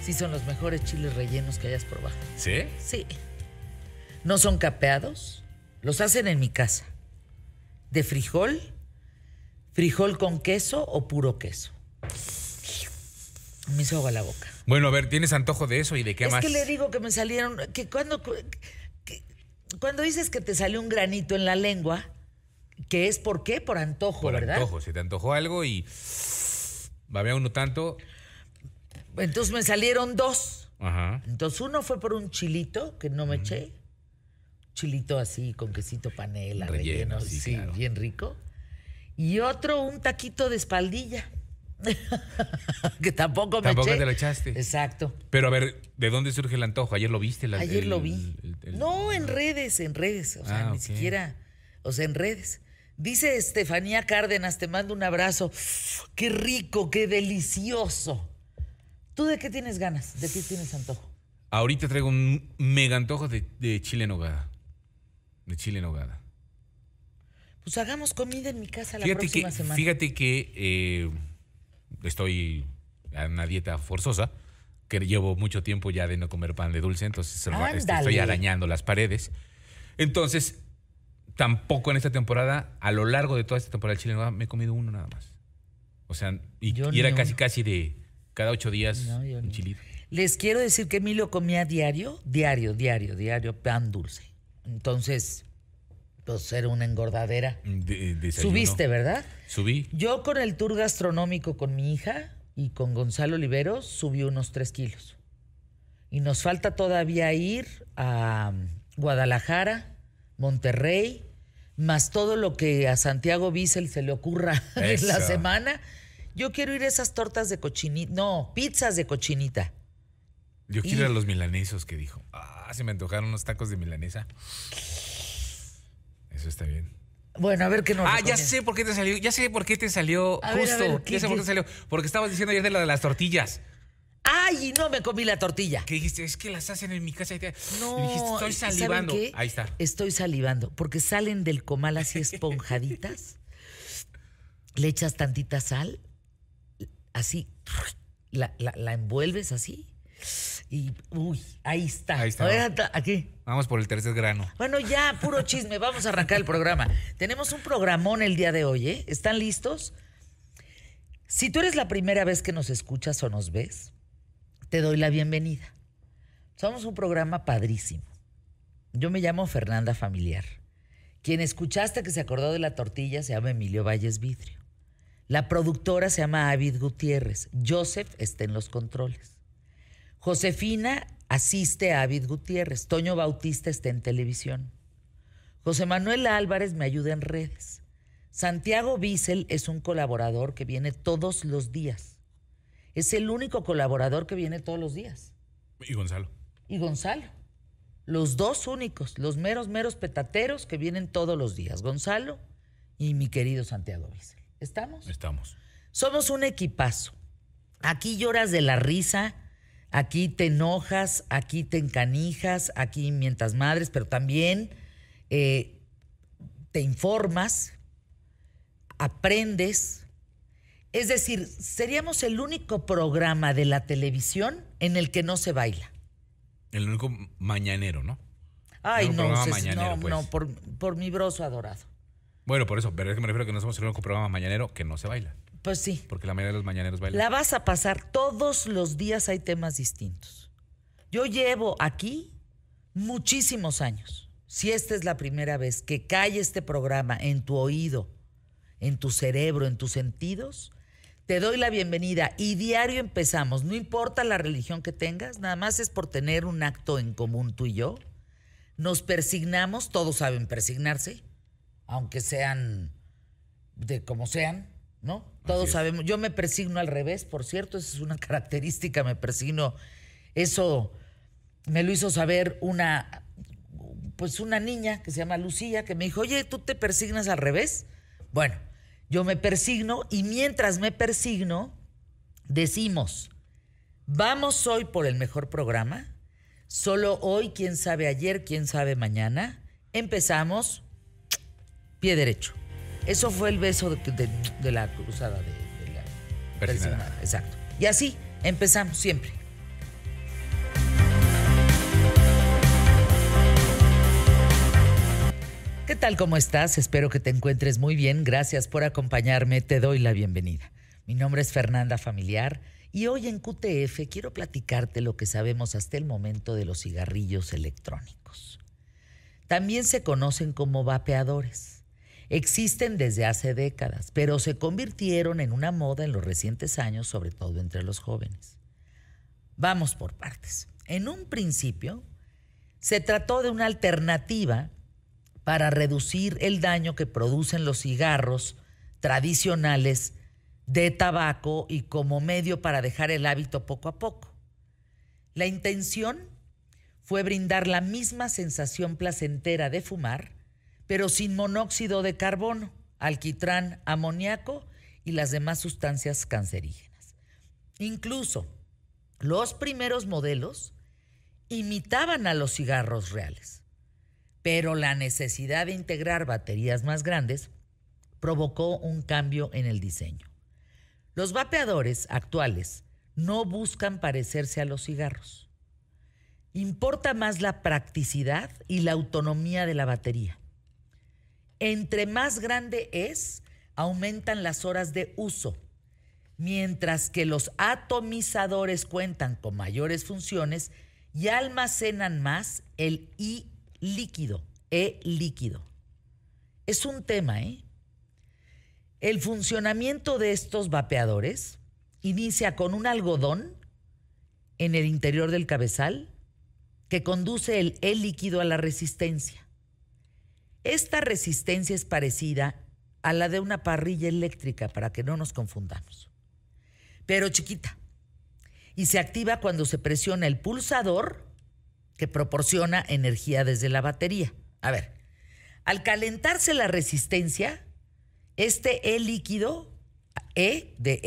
Sí, son los mejores chiles rellenos que hayas probado. ¿Sí? Sí. No son capeados. Los hacen en mi casa. De frijol con queso o puro queso. Me hizo agua la boca. Bueno, a ver, ¿tienes antojo de eso y de qué más? Es que le digo que me salieron... Que cuando dices que te salió un granito en la lengua, que es ¿por qué? Por antojo, por ¿verdad? Por antojo. Se te antojó algo y... babea uno tanto... Entonces me salieron 2. Ajá. Entonces uno fue por un chilito que no me eché. Chilito así, con quesito panela, relleno, sí, claro. Bien rico. Y otro, un taquito de espaldilla. Que tampoco me eché. Tampoco te lo echaste. Exacto. Pero a ver, ¿de dónde surge el antojo? ¿Ayer lo viste? Ayer lo vi. No, en redes. O sea, ni siquiera... O sea, en redes. Dice Estefanía Cárdenas, te mando un abrazo. ¡Qué rico, qué delicioso! ¿Tú de qué tienes ganas? ¿De qué tienes antojo? Ahorita traigo un mega antojo de chile en nogada. De chile en nogada. Pues hagamos comida en mi casa la próxima semana. Fíjate que estoy en una dieta forzosa, que llevo mucho tiempo ya de no comer pan de dulce, entonces estoy arañando las paredes. Entonces, tampoco en esta temporada, a lo largo de toda esta temporada del chile en nogada, me he comido uno nada más. O sea, y era casi de... Cada 8 días un chilito. Les quiero decir que Emilio comía diario pan dulce. Entonces, pues era una engordadera. Subiste, ¿verdad? Subí. Yo con el tour gastronómico con mi hija y con Gonzalo Oliveros subí unos 3 kilos. Y nos falta todavía ir a Guadalajara, Monterrey, más todo lo que a Santiago Bissell se le ocurra en la semana. Yo quiero ir a esas tortas de cochinita. No, pizzas de cochinita. Yo quiero ir a los milanesos que dijo. Se me antojaron unos tacos de milanesa. Eso está bien. Bueno, a ver qué nos ya sé por qué te salió. Ya sé por qué te salió a ver, por qué te salió. Porque estabas diciendo ayer de las tortillas. ¡Ay! Y no me comí la tortilla. Que dijiste, es que las hacen en mi casa. No. Y dijiste, estoy salivando. ¿Saben qué? Ahí está. Estoy salivando. Porque salen del comal así esponjaditas. Le echas tantita sal. Así, la envuelves así y, ahí está. Ahí está. A ver, aquí. Vamos por el tercer grano. Bueno, ya, puro chisme, vamos a arrancar el programa. Tenemos un programón el día de hoy, ¿eh? ¿Están listos? Si tú eres la primera vez que nos escuchas o nos ves, te doy la bienvenida. Somos un programa padrísimo. Yo me llamo Fernanda Familiar. Quien escuchaste que se acordó de la tortilla se llama Emilio Valles Vidrio. La productora se llama Avid Gutiérrez. Joseph está en los controles. Josefina asiste a Avid Gutiérrez. Toño Bautista está en televisión. José Manuel Álvarez me ayuda en redes. Santiago Bissell es un colaborador que viene todos los días. Es el único colaborador que viene todos los días. Y Gonzalo. Y Gonzalo. Los dos únicos, los meros petateros que vienen todos los días. Gonzalo y mi querido Santiago Bissell. ¿Estamos? Estamos. Somos un equipazo. Aquí lloras de la risa, aquí te enojas, aquí te encanijas, aquí mientas madres, pero también te informas, aprendes. Es decir, seríamos el único programa de la televisión en el que no se baila. El único mañanero, ¿no? Ay, no, mañanero, pues. por mi broso adorado. Bueno, por eso, pero es que me refiero a que no somos el único programa mañanero que no se baila. Pues sí. Porque la mayoría de los mañaneros bailan. La vas a pasar, todos los días hay temas distintos. Yo llevo aquí muchísimos años. Si esta es la primera vez que cae este programa en tu oído, en tu cerebro, en tus sentidos, te doy la bienvenida y diario empezamos. No importa la religión que tengas, nada más es por tener un acto en común tú y yo. Nos persignamos, todos saben persignarse, aunque sean de como sean, ¿no? Todos sabemos. Yo me persigno al revés, por cierto, esa es una característica, me persigno. Eso me lo hizo saber una niña que se llama Lucía, que me dijo, oye, ¿tú te persignas al revés? Bueno, yo me persigno y mientras me persigno, decimos, vamos hoy por el mejor programa, solo hoy, quién sabe ayer, quién sabe mañana, empezamos pie derecho. Eso fue el beso de la cruzada de la persignada. Exacto. Y así empezamos siempre. tal? ¿Cómo estás? Espero que te encuentres muy bien. Gracias por acompañarme. Te doy la bienvenida. Mi nombre es Fernanda Familiar y hoy en QTF quiero platicarte lo que sabemos hasta el momento de los cigarrillos electrónicos. También se conocen como vapeadores. Existen desde hace décadas, pero se convirtieron en una moda en los recientes años, sobre todo entre los jóvenes. Vamos por partes. En un principio, se trató de una alternativa para reducir el daño que producen los cigarros tradicionales de tabaco y como medio para dejar el hábito poco a poco. La intención fue brindar la misma sensación placentera de fumar, pero sin monóxido de carbono, alquitrán, amoníaco y las demás sustancias cancerígenas. Incluso los primeros modelos imitaban a los cigarros reales, pero la necesidad de integrar baterías más grandes provocó un cambio en el diseño. Los vapeadores actuales no buscan parecerse a los cigarros. Importa más la practicidad y la autonomía de la batería. Entre más grande es, aumentan las horas de uso, mientras que los atomizadores cuentan con mayores funciones y almacenan más el e-líquido. Es un tema, ¿eh? El funcionamiento de estos vapeadores inicia con un algodón en el interior del cabezal que conduce el e-líquido a la resistencia. Esta resistencia es parecida a la de una parrilla eléctrica, para que no nos confundamos, pero chiquita, y se activa cuando se presiona el pulsador que proporciona energía desde la batería. A ver, al calentarse la resistencia, este e-líquido, E de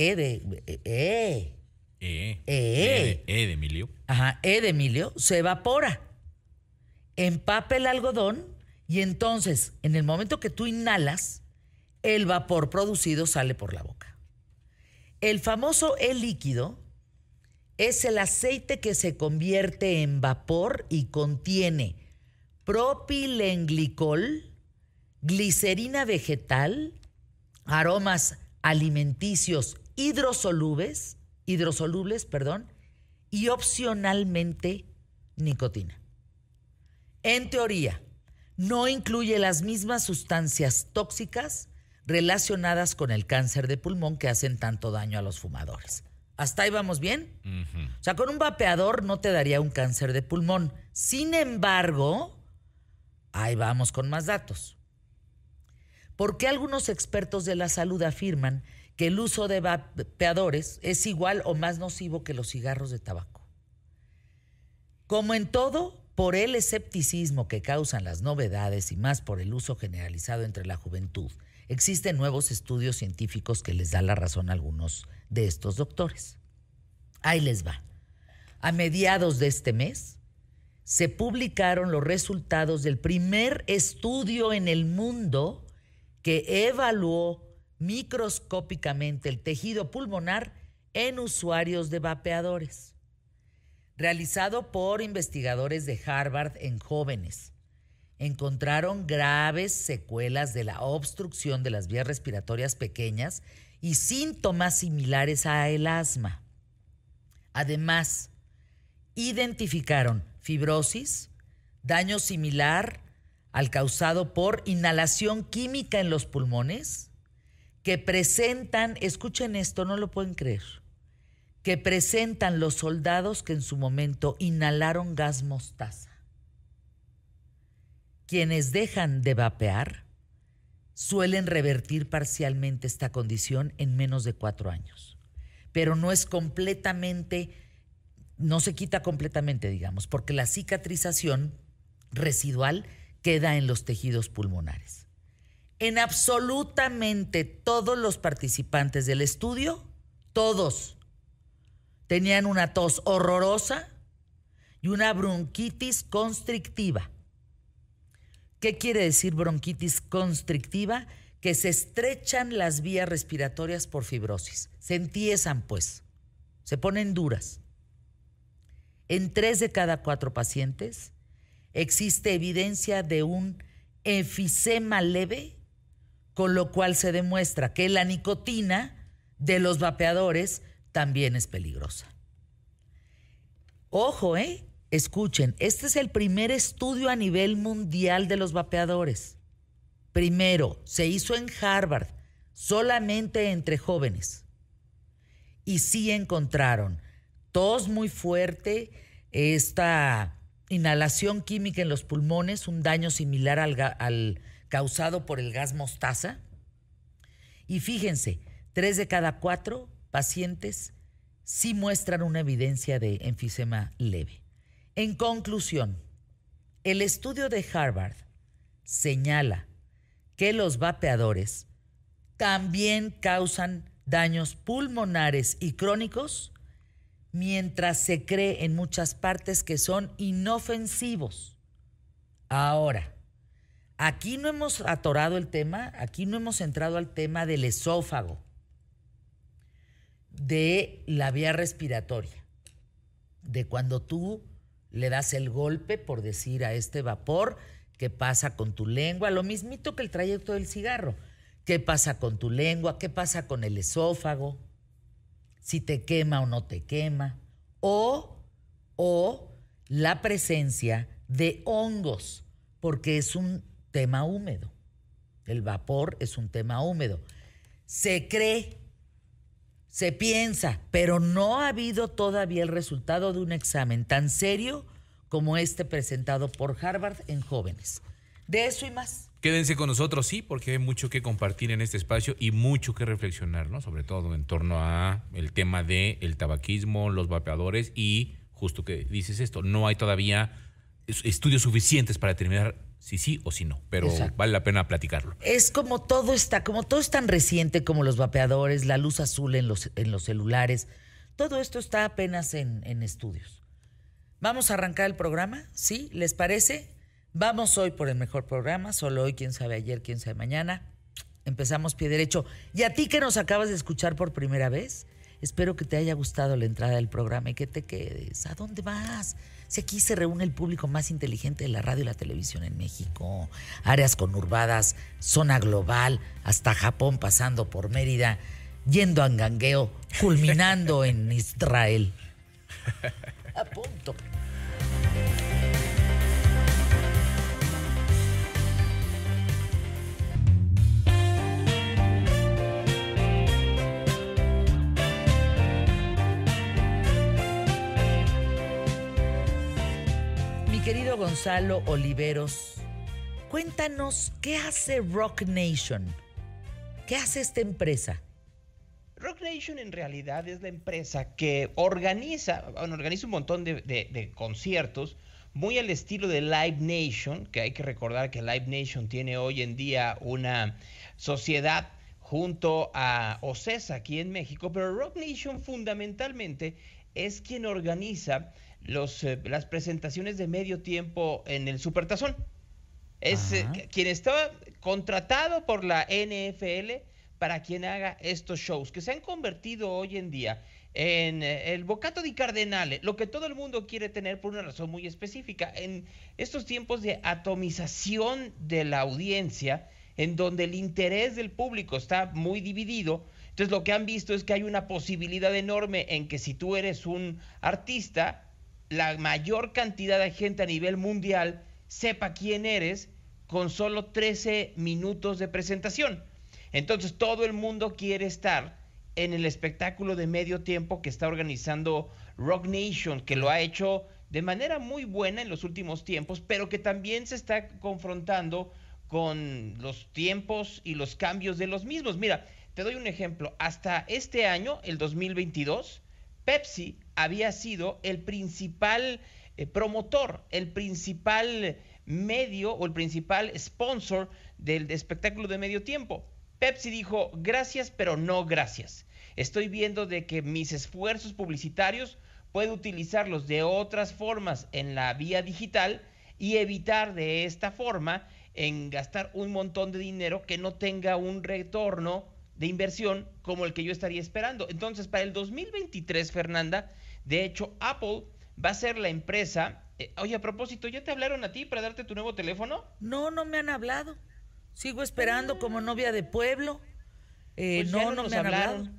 Emilio. Ajá, E de Emilio, se evapora, empapa el algodón y entonces, en el momento que tú inhalas, el vapor producido sale por la boca. El famoso e-líquido es el aceite que se convierte en vapor y contiene propilenglicol, glicerina vegetal, aromas alimenticios hidrosolubles, y opcionalmente nicotina. En teoría, no incluye las mismas sustancias tóxicas relacionadas con el cáncer de pulmón que hacen tanto daño a los fumadores. ¿Hasta ahí vamos bien? Uh-huh. O sea, con un vapeador no te daría un cáncer de pulmón. Sin embargo, ahí vamos con más datos. ¿Por qué algunos expertos de la salud afirman que el uso de vapeadores es igual o más nocivo que los cigarros de tabaco? Como en todo, por el escepticismo que causan las novedades y más por el uso generalizado entre la juventud, existen nuevos estudios científicos que les da la razón a algunos de estos doctores. Ahí les va. A mediados de este mes se publicaron los resultados del primer estudio en el mundo que evaluó microscópicamente el tejido pulmonar en usuarios de vapeadores, realizado por investigadores de Harvard en jóvenes. Encontraron graves secuelas de la obstrucción de las vías respiratorias pequeñas y síntomas similares al asma. Además, identificaron fibrosis, daño similar al causado por inhalación química en los pulmones, que presentan, escuchen esto, no lo pueden creer, que presentan los soldados que en su momento inhalaron gas mostaza. Quienes dejan de vapear suelen revertir parcialmente esta condición en menos de 4 años. Pero no es completamente, no se quita completamente, digamos, porque la cicatrización residual queda en los tejidos pulmonares. En absolutamente todos los participantes del estudio, todos tenían una tos horrorosa y una bronquitis constrictiva. ¿Qué quiere decir bronquitis constrictiva? Que se estrechan las vías respiratorias por fibrosis. Se entiezan, pues. Se ponen duras. En 3 de cada 4 pacientes existe evidencia de un enfisema leve, con lo cual se demuestra que la nicotina de los vapeadores también es peligrosa. Ojo, escuchen, este es el primer estudio a nivel mundial de los vapeadores. Primero, se hizo en Harvard, solamente entre jóvenes. Y sí encontraron tos muy fuerte, esta inhalación química en los pulmones, un daño similar al causado por el gas mostaza. Y fíjense, 3 de cada 4 pacientes sí muestran una evidencia de enfisema leve. En conclusión, el estudio de Harvard señala que los vapeadores también causan daños pulmonares y crónicos, mientras se cree en muchas partes que son inofensivos. Ahora, aquí no hemos atorado el tema, aquí no hemos entrado al tema del esófago, de la vía respiratoria, de cuando tú le das el golpe, por decir, a este vapor, ¿qué pasa con tu lengua? Lo mismito que el trayecto del cigarro. ¿Qué pasa con tu lengua? ¿Qué pasa con el esófago? Si te quema o no te quema. O la presencia de hongos, porque es un tema húmedo. El vapor es un tema húmedo. Se cree, se piensa, pero no ha habido todavía el resultado de un examen tan serio como este presentado por Harvard en jóvenes. De eso y más. Quédense con nosotros, sí, porque hay mucho que compartir en este espacio y mucho que reflexionar, ¿no? Sobre todo en torno a el tema del tabaquismo, los vapeadores y justo que dices esto, no hay todavía estudios suficientes para determinar si sí o si no, pero exacto, vale la pena platicarlo. Es como todo es tan reciente como los vapeadores, la luz azul en los celulares, todo esto está apenas en estudios. ¿Vamos a arrancar el programa? ¿Sí? ¿Les parece? Vamos hoy por el mejor programa, solo hoy, quién sabe ayer, quién sabe mañana. Empezamos pie derecho. Y a ti que nos acabas de escuchar por primera vez, espero que te haya gustado la entrada del programa y que te quedes. ¿A dónde vas? Si aquí se reúne el público más inteligente de la radio y la televisión en México. Áreas conurbadas, zona global, hasta Japón, pasando por Mérida, yendo a Angangueo, culminando en Israel. A punto. Querido Gonzalo Oliveros, cuéntanos, ¿qué hace Rock Nation? ¿Qué hace esta empresa? Rock Nation en realidad es la empresa que organiza un montón de conciertos, muy al estilo de Live Nation, que hay que recordar que Live Nation tiene hoy en día una sociedad junto a OCESA aquí en México, pero Rock Nation fundamentalmente es quien organiza las presentaciones de medio tiempo en el Supertazón. Es quien estaba contratado por la NFL para quien haga estos shows, que se han convertido hoy en día en el Bocato di Cardenale, lo que todo el mundo quiere tener por una razón muy específica. En estos tiempos de atomización de la audiencia, en donde el interés del público está muy dividido, entonces lo que han visto es que hay una posibilidad enorme en que si tú eres un artista, la mayor cantidad de gente a nivel mundial sepa quién eres con solo 13 minutos de presentación. Entonces todo el mundo quiere estar en el espectáculo de medio tiempo que está organizando Rock Nation, que lo ha hecho de manera muy buena en los últimos tiempos, pero que también se está confrontando con los tiempos y los cambios de los mismos. Mira, te doy un ejemplo. Hasta este año, el 2022, Pepsi había sido el principal promotor, el principal medio o el principal sponsor del espectáculo de medio tiempo. Pepsi dijo, gracias, pero no gracias. Estoy viendo de que mis esfuerzos publicitarios puedo utilizarlos de otras formas en la vía digital y evitar de esta forma en gastar un montón de dinero que no tenga un retorno de inversión como el que yo estaría esperando. Entonces, para el 2023, Fernanda, de hecho, Apple va a ser la empresa Oye, a propósito, ¿ya te hablaron a ti para darte tu nuevo teléfono? No, no me han hablado. Sigo esperando como novia de pueblo. Pues no, ya no nos me han hablaron. hablado.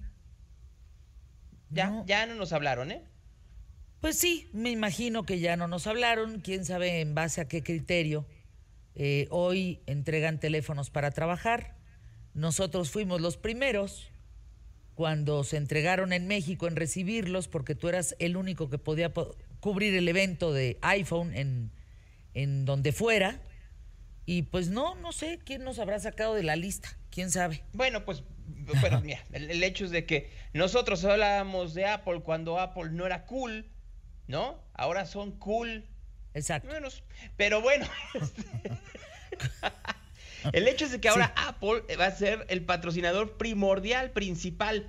No. Ya no nos hablaron, ¿eh? Pues sí, me imagino que ya no nos hablaron. Quién sabe en base a qué criterio. Hoy entregan teléfonos para trabajar. Nosotros fuimos los primeros cuando se entregaron en México en recibirlos, porque tú eras el único que podía cubrir el evento de iPhone en donde fuera. Y pues no sé quién nos habrá sacado de la lista, quién sabe. Bueno, pues pero mira, el hecho es de que nosotros hablábamos de Apple cuando Apple no era cool, ¿no? Ahora son cool. Exacto. Pero bueno, el hecho es de que ahora Apple va a ser el patrocinador primordial, principal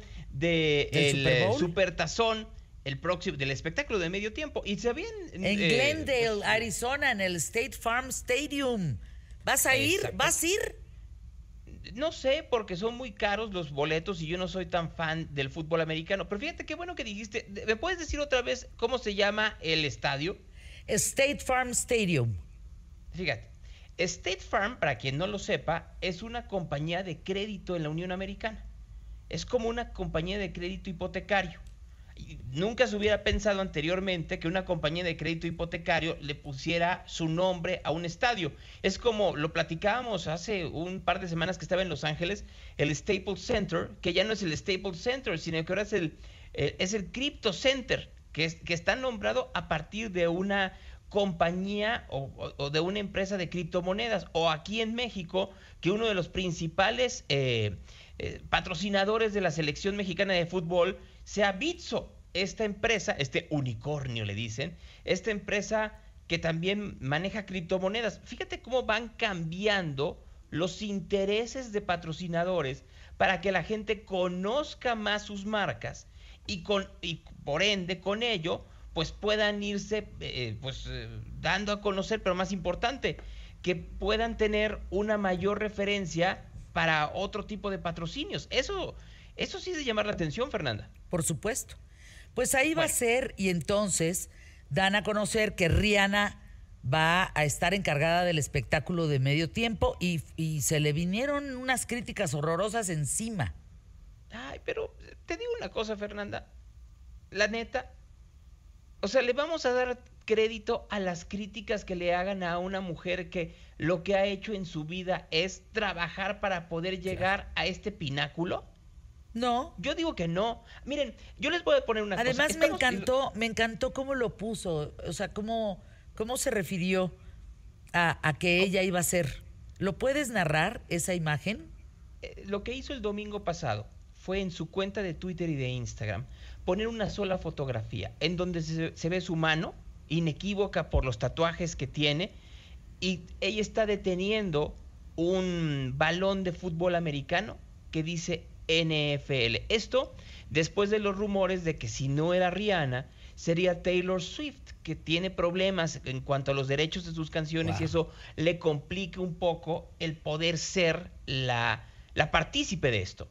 del Supertazón, el próximo, del espectáculo de medio tiempo. Y se habían en Glendale, Arizona, en el State Farm Stadium. ¿Vas a ir? Exacto. ¿Vas a ir? No sé, porque son muy caros los boletos y yo no soy tan fan del fútbol americano. Pero fíjate qué bueno que dijiste. ¿Me puedes decir otra vez cómo se llama el estadio? State Farm Stadium. Fíjate, State Farm, para quien no lo sepa, es una compañía de crédito en la Unión Americana. Es como una compañía de crédito hipotecario. Nunca se hubiera pensado anteriormente que una compañía de crédito hipotecario le pusiera su nombre a un estadio. Es como lo platicábamos hace un par de semanas que estaba en Los Ángeles, el Staples Center, que ya no es el Staples Center, sino que ahora es el Crypto Center, que está nombrado a partir de una compañía o de una empresa de criptomonedas. O aquí en México, que uno de los principales patrocinadores de la selección mexicana de fútbol sea Bitso, esta empresa, este unicornio le dicen, esta empresa que también maneja criptomonedas. Fíjate cómo van cambiando los intereses de patrocinadores para que la gente conozca más sus marcas y por ende con ello pues puedan irse dando a conocer, pero más importante, que puedan tener una mayor referencia para otro tipo de patrocinios. Eso sí es de llamar la atención, Fernanda. Por supuesto. Pues ahí va a ser, y entonces dan a conocer que Rihanna va a estar encargada del espectáculo de medio tiempo y se le vinieron unas críticas horrorosas encima. Ay, pero te digo una cosa, Fernanda. La neta, o sea, le vamos a dar crédito a las críticas que le hagan a una mujer que lo que ha hecho en su vida es trabajar para poder llegar a este pináculo. No. Yo digo que no. Miren, yo les voy a poner una cosa. Además me encantó cómo lo puso, o sea, cómo se refirió a que ella iba a ser. ¿Lo puedes narrar, esa imagen? Lo que hizo el domingo pasado fue en su cuenta de Twitter y de Instagram poner una sola fotografía en donde se ve su mano, inequívoca por los tatuajes que tiene, y ella está deteniendo un balón de fútbol americano que dice NFL. Esto después de los rumores de que si no era Rihanna, sería Taylor Swift, que tiene problemas en cuanto a los derechos de sus canciones. Wow. Y eso le complica un poco el poder ser la partícipe de esto.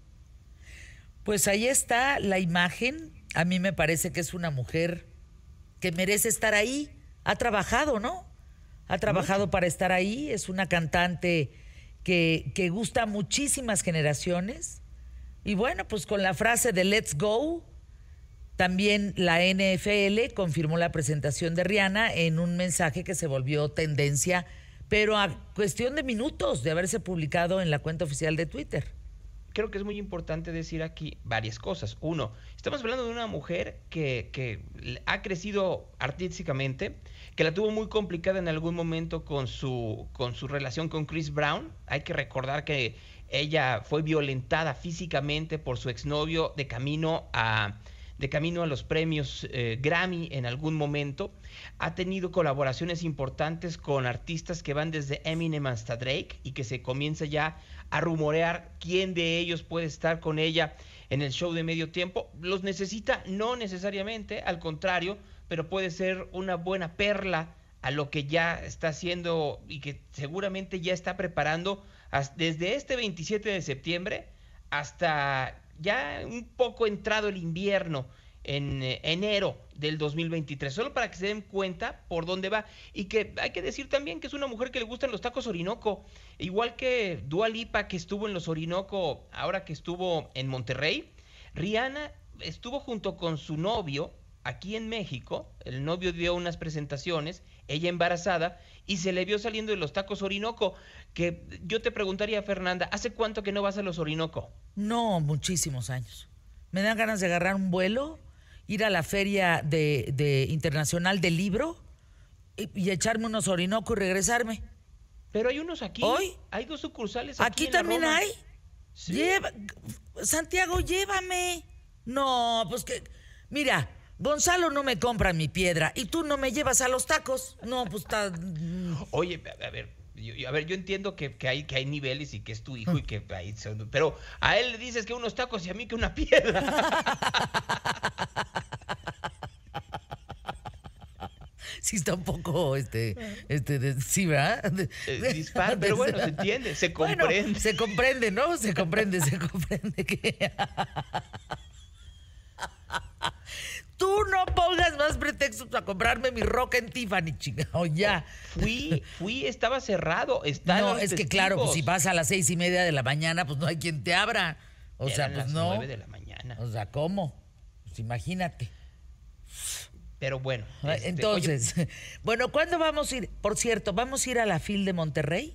Pues ahí está la imagen. A mí me parece que es una mujer que merece estar ahí. Ha trabajado, ¿no? Ha trabajado para estar ahí. Es una cantante que gusta a muchísimas generaciones. Y bueno, pues con la frase de Let's Go, también la NFL confirmó la presentación de Rihanna en un mensaje que se volvió tendencia, pero a cuestión de minutos de haberse publicado en la cuenta oficial de Twitter. Creo que es muy importante decir aquí varias cosas. Uno, estamos hablando de una mujer que ha crecido artísticamente, que la tuvo muy complicada en algún momento con su relación con Chris Brown. Hay que recordar que ella fue violentada físicamente por su exnovio de camino a los premios Grammy en algún momento. Ha tenido colaboraciones importantes con artistas que van desde Eminem hasta Drake y que se comienza ya a rumorear quién de ellos puede estar con ella en el show de medio tiempo. ¿Los necesita? No necesariamente, al contrario, pero puede ser una buena perla a lo que ya está haciendo y que seguramente ya está preparando desde este 27 de septiembre hasta ya un poco entrado el invierno, en enero del 2023. Solo para que se den cuenta por dónde va. Y que hay que decir también que es una mujer que le gustan los tacos Orinoco. Igual que Dua Lipa, que estuvo en los Orinoco, ahora que estuvo en Monterrey. Rihanna estuvo junto con su novio aquí en México. El novio dio unas presentaciones, ella embarazada, y se le vio saliendo de los tacos Orinoco. Que yo te preguntaría, Fernanda, ¿hace cuánto que no vas a los Orinoco? No, muchísimos años. Me dan ganas de agarrar un vuelo, ir a la feria de internacional del libro y echarme unos Orinoco y regresarme. Pero hay unos aquí. ¿Hoy? Hay 2 sucursales aquí en la también Roma. hay. Sí. Santiago, llévame. No, pues que... Mira, Gonzalo no me compra mi piedra y tú no me llevas a los tacos. No, pues está... Oye, a ver... yo entiendo que hay niveles y que es tu hijo y que hay, pero a él le dices que unos tacos y a mí que una piedra. Sí está un poco, sí, ¿verdad? Dispar, pero bueno, se entiende, se comprende. Bueno, se comprende, ¿no? Se comprende que... Tú no pongas más pretextos para comprarme mi roca en Tiffany, chingado, ya. Fui, estaba cerrado. No, es que claro, pues si vas a las 6:30 de la mañana, pues no hay quien te abra. O sea, pues las no. 9 de la mañana. O sea, ¿cómo? Pues imagínate. Pero bueno. Entonces, oye, bueno, ¿cuándo vamos a ir? Por cierto, ¿vamos a ir a la FIL de Monterrey?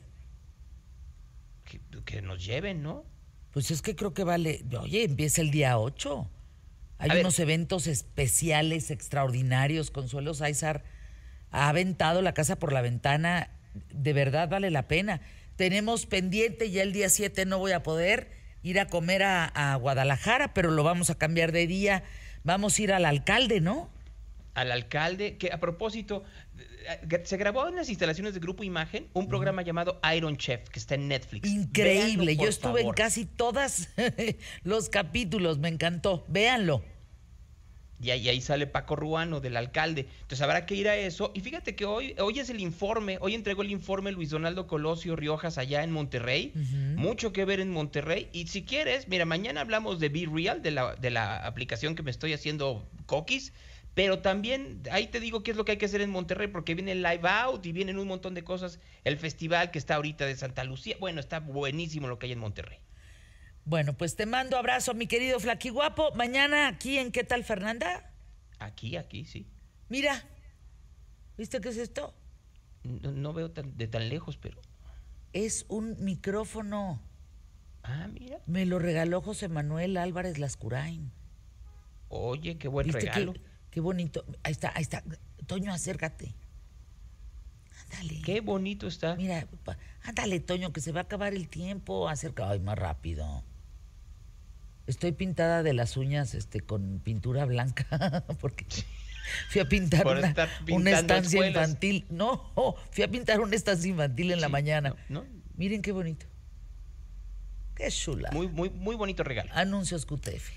Que nos lleven, ¿no? Pues es que creo que vale... Oye, empieza el día 8. Hay unos eventos especiales, extraordinarios. Consuelo Sáizar ha aventado la casa por la ventana. De verdad vale la pena. Tenemos pendiente, ya el día 7 no voy a poder ir a comer a Guadalajara, pero lo vamos a cambiar de día. Vamos a ir al alcalde, ¿no? Al alcalde, que a propósito, se grabó en las instalaciones de Grupo Imagen un programa llamado Iron Chef, que está en Netflix. Increíble, Véanlo, yo estuve en casi todos los capítulos, me encantó, véanlo. Y ahí sale Paco Ruano, del alcalde. Entonces habrá que ir a eso. Y fíjate que hoy es el informe, hoy entregó el informe Luis Donaldo Colosio Riojas allá en Monterrey. Mucho que ver en Monterrey. Y si quieres, mira, mañana hablamos de Be Real, de la aplicación que me estoy haciendo cookies. Pero también ahí te digo qué es lo que hay que hacer en Monterrey, porque viene el Live Out y vienen un montón de cosas. El festival que está ahorita de Santa Lucía. Bueno, está buenísimo lo que hay en Monterrey. Bueno, pues te mando abrazo, mi querido Flaquiguapo. Mañana aquí en ¿Qué tal, Fernanda? Aquí, sí. Mira, ¿viste qué es esto? No veo de tan lejos, pero... Es un micrófono. Ah, mira. Me lo regaló José Manuel Álvarez Lascurain. Oye, qué buen regalo. Qué bonito. Ahí está. Toño, acércate. Ándale. Qué bonito está. Mira, ándale, Toño, que se va a acabar el tiempo. Ay, más rápido. Estoy pintada de las uñas con pintura blanca porque fui a pintar una estancia infantil. No, fui a pintar una estancia infantil en la mañana. No. Miren qué bonito. Qué chula. Muy, muy, muy bonito regalo. Anuncios QTF.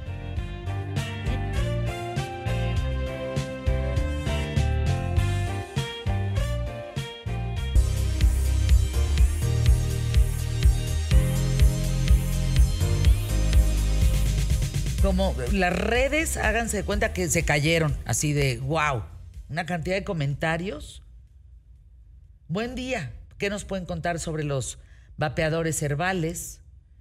Como las redes, háganse de cuenta que se cayeron, así de wow, una cantidad de comentarios. Buen día, ¿qué nos pueden contar sobre los vapeadores herbales?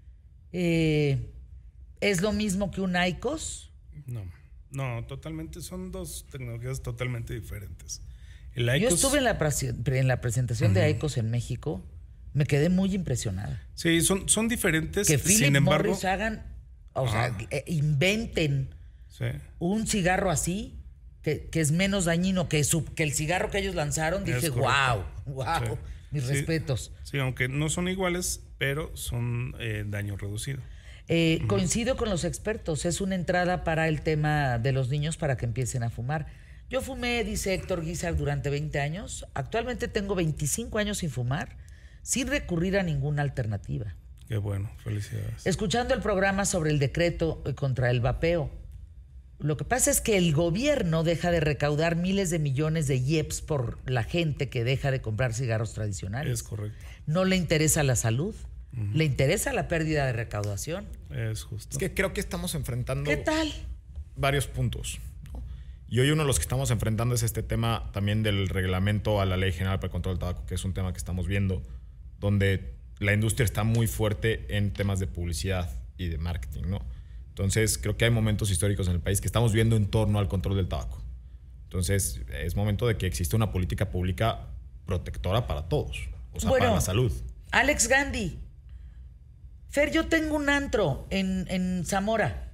¿Es lo mismo que un IQOS? No, totalmente, son dos tecnologías totalmente diferentes. El IQOS, yo estuve en la presentación de IQOS en México, me quedé muy impresionada. Sí, son diferentes. Que Philip Morris hagan... O sea, inventen un cigarro así que es menos dañino que el cigarro que ellos lanzaron. Dije, wow, sí. Mis respetos. Sí, aunque no son iguales, pero son daño reducido. Coincido con los expertos, es una entrada para el tema de los niños para que empiecen a fumar. Yo fumé, dice Héctor Guizar, durante 20 años. Actualmente tengo 25 años sin fumar, sin recurrir a ninguna alternativa. Qué bueno, felicidades. Escuchando el programa sobre el decreto contra el vapeo, lo que pasa es que el gobierno deja de recaudar miles de millones de IEPS por la gente que deja de comprar cigarros tradicionales. Es correcto. No le interesa la salud, le interesa la pérdida de recaudación. Es justo. Es que creo que estamos enfrentando... ¿Qué tal? Varios puntos, ¿no? Y hoy uno de los que estamos enfrentando es este tema también del reglamento a la Ley General para el Control del Tabaco, que es un tema que estamos viendo, donde la industria está muy fuerte en temas de publicidad y de marketing, ¿no? Entonces, creo que hay momentos históricos en el país que estamos viendo en torno al control del tabaco. Entonces, es momento de que exista una política pública protectora para todos, o sea, para la salud. Alex Gandhi. Fer, yo tengo un antro en Zamora.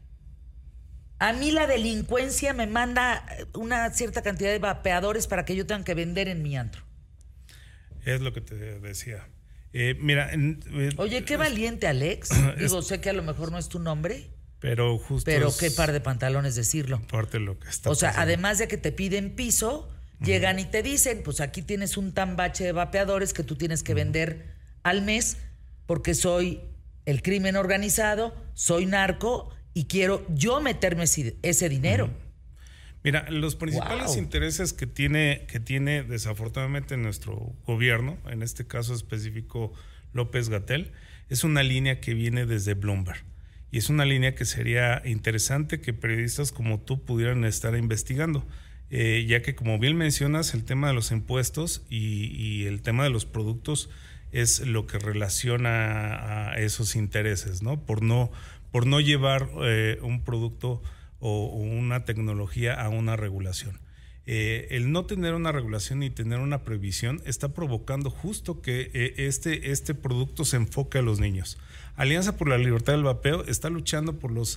A mí la delincuencia me manda una cierta cantidad de vapeadores para que yo tenga que vender en mi antro. Es lo que te decía. Oye, qué valiente, Alex. Digo, sé que a lo mejor no es tu nombre, pero justo. Pero qué par de pantalones decirlo. Parte de lo que está pasando. Pasando. Además de que te piden piso, llegan y te dicen, pues aquí tienes un tambache de vapeadores que tú tienes que vender al mes porque soy el crimen organizado, soy narco y quiero yo meterme ese dinero. Mira, los principales intereses que tiene desafortunadamente nuestro gobierno, en este caso específico López-Gatell, es una línea que viene desde Bloomberg. Y es una línea que sería interesante que periodistas como tú pudieran estar investigando, ya que, como bien mencionas, el tema de los impuestos y el tema de los productos es lo que relaciona a esos intereses, ¿no? Por no llevar un producto o una tecnología a una regulación. El no tener una regulación y tener una prohibición está provocando justo que este producto se enfoque a los niños. Alianza por la Libertad del Vapeo está luchando por los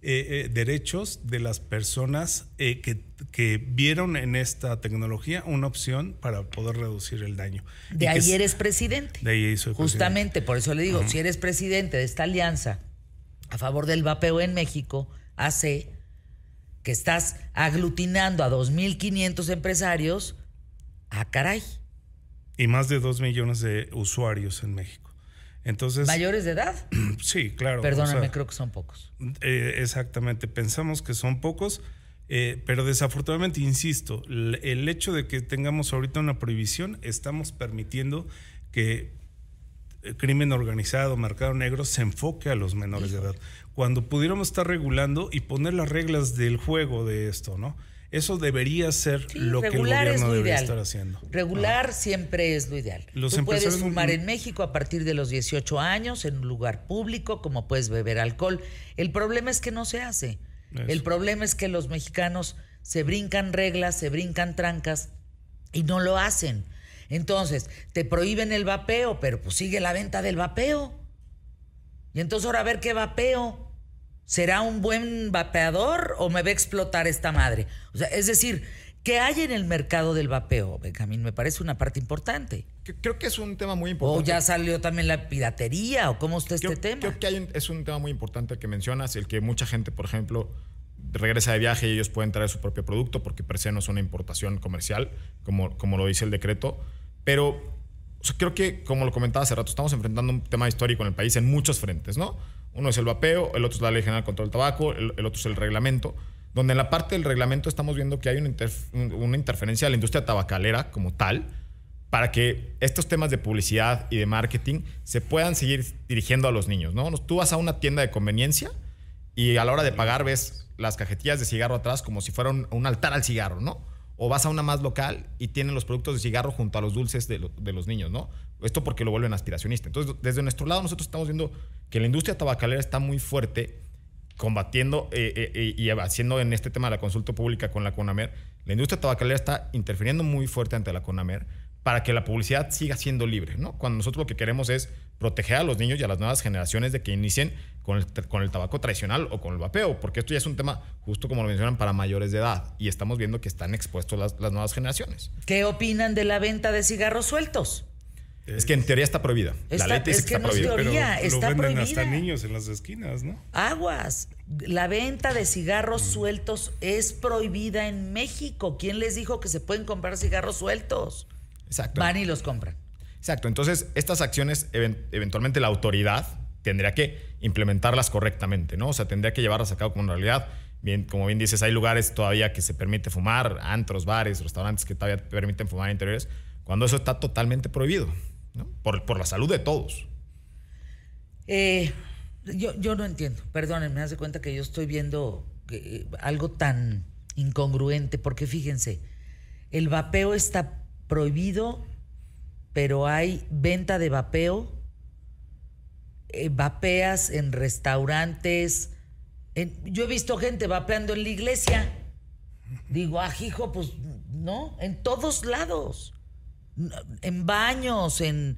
derechos de las personas que vieron en esta tecnología una opción para poder reducir el daño. De ahí eres presidente. De ahí soy justamente, presidente. Por eso le digo, si eres presidente de esta alianza a favor del vapeo en México, hace que estás aglutinando a 2,500 empresarios, caray. Y más de 2 millones de usuarios en México. Entonces, ¿mayores de edad? Sí, claro. Perdóname, creo que son pocos. Exactamente, pensamos que son pocos, pero desafortunadamente, insisto, el hecho de que tengamos ahorita una prohibición, estamos permitiendo que el crimen organizado, mercado negro, se enfoque a los menores de edad. Cuando pudiéramos estar regulando y poner las reglas del juego de esto, ¿no? Eso debería ser lo que el gobierno debería estar haciendo. Regular siempre es lo ideal. Tú puedes fumar en México a partir de los 18 años en un lugar público, como puedes beber alcohol. El problema es que no se hace. Eso. El problema es que los mexicanos se brincan reglas, se brincan trancas y no lo hacen. Entonces, te prohíben el vapeo, pero pues sigue la venta del vapeo. Y entonces ahora a ver qué vapeo. ¿Será un buen vapeador o me va a explotar esta madre? O sea, es decir, ¿qué hay en el mercado del vapeo, Benjamín? Me parece una parte importante. Creo que es un tema muy importante. ¿O ya salió también la piratería? ¿O cómo está este tema? Creo que es un tema muy importante el que mencionas, el que mucha gente, por ejemplo, regresa de viaje y ellos pueden traer su propio producto porque per se no es una importación comercial, como lo dice el decreto. Pero o sea, creo que, como lo comentaba hace rato, estamos enfrentando un tema histórico en el país en muchos frentes, ¿no? Uno es el vapeo, el otro es la Ley General contra el Tabaco, el otro es el reglamento, donde en la parte del reglamento estamos viendo que hay una interferencia de la industria tabacalera como tal, para que estos temas de publicidad y de marketing se puedan seguir dirigiendo a los niños, ¿no? Tú vas a una tienda de conveniencia y a la hora de pagar ves las cajetillas de cigarro atrás como si fuera un altar al cigarro, ¿no? O vas a una más local y tienen los productos de cigarro junto a los dulces de los niños, ¿no? Esto porque lo vuelven aspiracionista. Entonces, desde nuestro lado nosotros estamos viendo que la industria tabacalera está muy fuerte combatiendo y haciendo en este tema de la consulta pública con la CONAMER. La industria tabacalera está interfiriendo muy fuerte ante la CONAMER para que la publicidad siga siendo libre, ¿no? Cuando nosotros lo que queremos es proteger a los niños y a las nuevas generaciones de que inicien con el tabaco tradicional o con el vapeo, porque esto ya es un tema, justo como lo mencionan, para mayores de edad, y estamos viendo que están expuestos las nuevas generaciones. ¿Qué opinan de la venta de cigarros sueltos? Es que en teoría está prohibida. La ley dice que está prohibida. Teoría, pero está lo venden prohibida. hasta niños en las esquinas, ¿no? Aguas. La venta de cigarros sueltos es prohibida en México. ¿Quién les dijo que se pueden comprar cigarros sueltos? Exacto. Van y los compran. Exacto. Entonces, estas acciones, eventualmente la autoridad tendría que implementarlas correctamente, ¿no? O sea, tendría que llevarlas a cabo como en realidad. Bien, como bien dices, hay lugares todavía que se permite fumar, antros, bares, restaurantes que todavía permiten fumar en interiores, cuando eso está totalmente prohibido, ¿no? Por la salud de todos. Yo no entiendo. Perdónenme, me das de cuenta que yo estoy viendo algo tan incongruente, porque fíjense, el vapeo está prohibido, pero hay venta de vapeo, vapeas en restaurantes. Yo he visto gente vapeando en la iglesia. Digo, hijo, pues no, en todos lados. En baños, en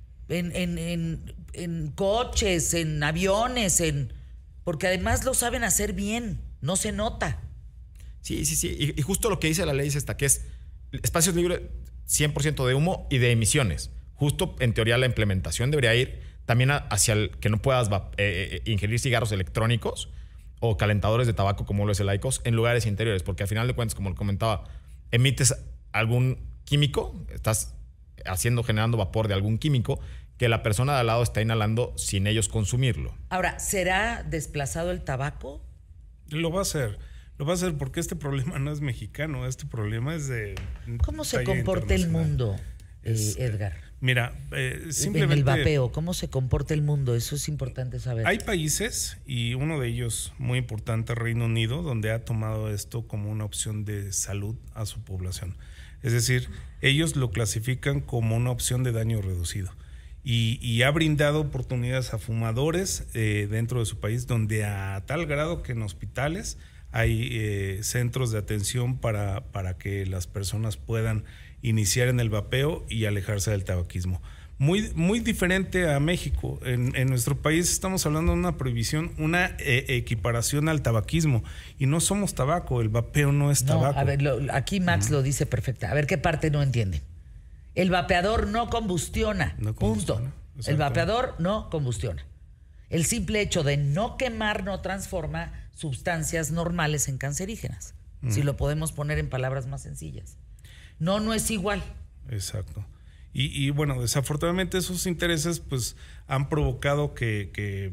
coches, en aviones, porque además lo saben hacer bien, no se nota. Sí. Y justo lo que dice la ley es esta, que es espacios libres 100% de humo y de emisiones. Justo en teoría la implementación debería ir también hacia el que no puedas ingerir cigarros electrónicos o calentadores de tabaco como lo es el IQOS en lugares interiores, porque al final de cuentas, como comentaba, emites algún químico, estás generando vapor de algún químico que la persona de al lado está inhalando sin ellos consumirlo. Ahora, ¿será desplazado el tabaco? Lo va a hacer porque este problema no es mexicano, este problema es de... ¿Cómo se comporta el mundo, Edgar? Mira, simplemente... En el vapeo, ¿cómo se comporta el mundo? Eso es importante saber. Hay países, y uno de ellos muy importante, Reino Unido, donde ha tomado esto como una opción de salud a su población. Es decir, ellos lo clasifican como una opción de daño reducido. Y ha brindado oportunidades a fumadores dentro de su país, donde a tal grado que en hospitales hay centros de atención para que las personas puedan iniciar en el vapeo y alejarse del tabaquismo. Muy, muy diferente a México. En nuestro país estamos hablando de una prohibición, una equiparación al tabaquismo. Y no somos tabaco, el vapeo no es tabaco. A ver, aquí Max lo dice perfecta. A ver qué parte no entienden. El vapeador no combustiona. Punto. El vapeador no combustiona. El simple hecho de no quemar no transforma sustancias normales en cancerígenas. Si lo podemos poner en palabras más sencillas. No es igual. Exacto. Y bueno, desafortunadamente esos intereses pues han provocado que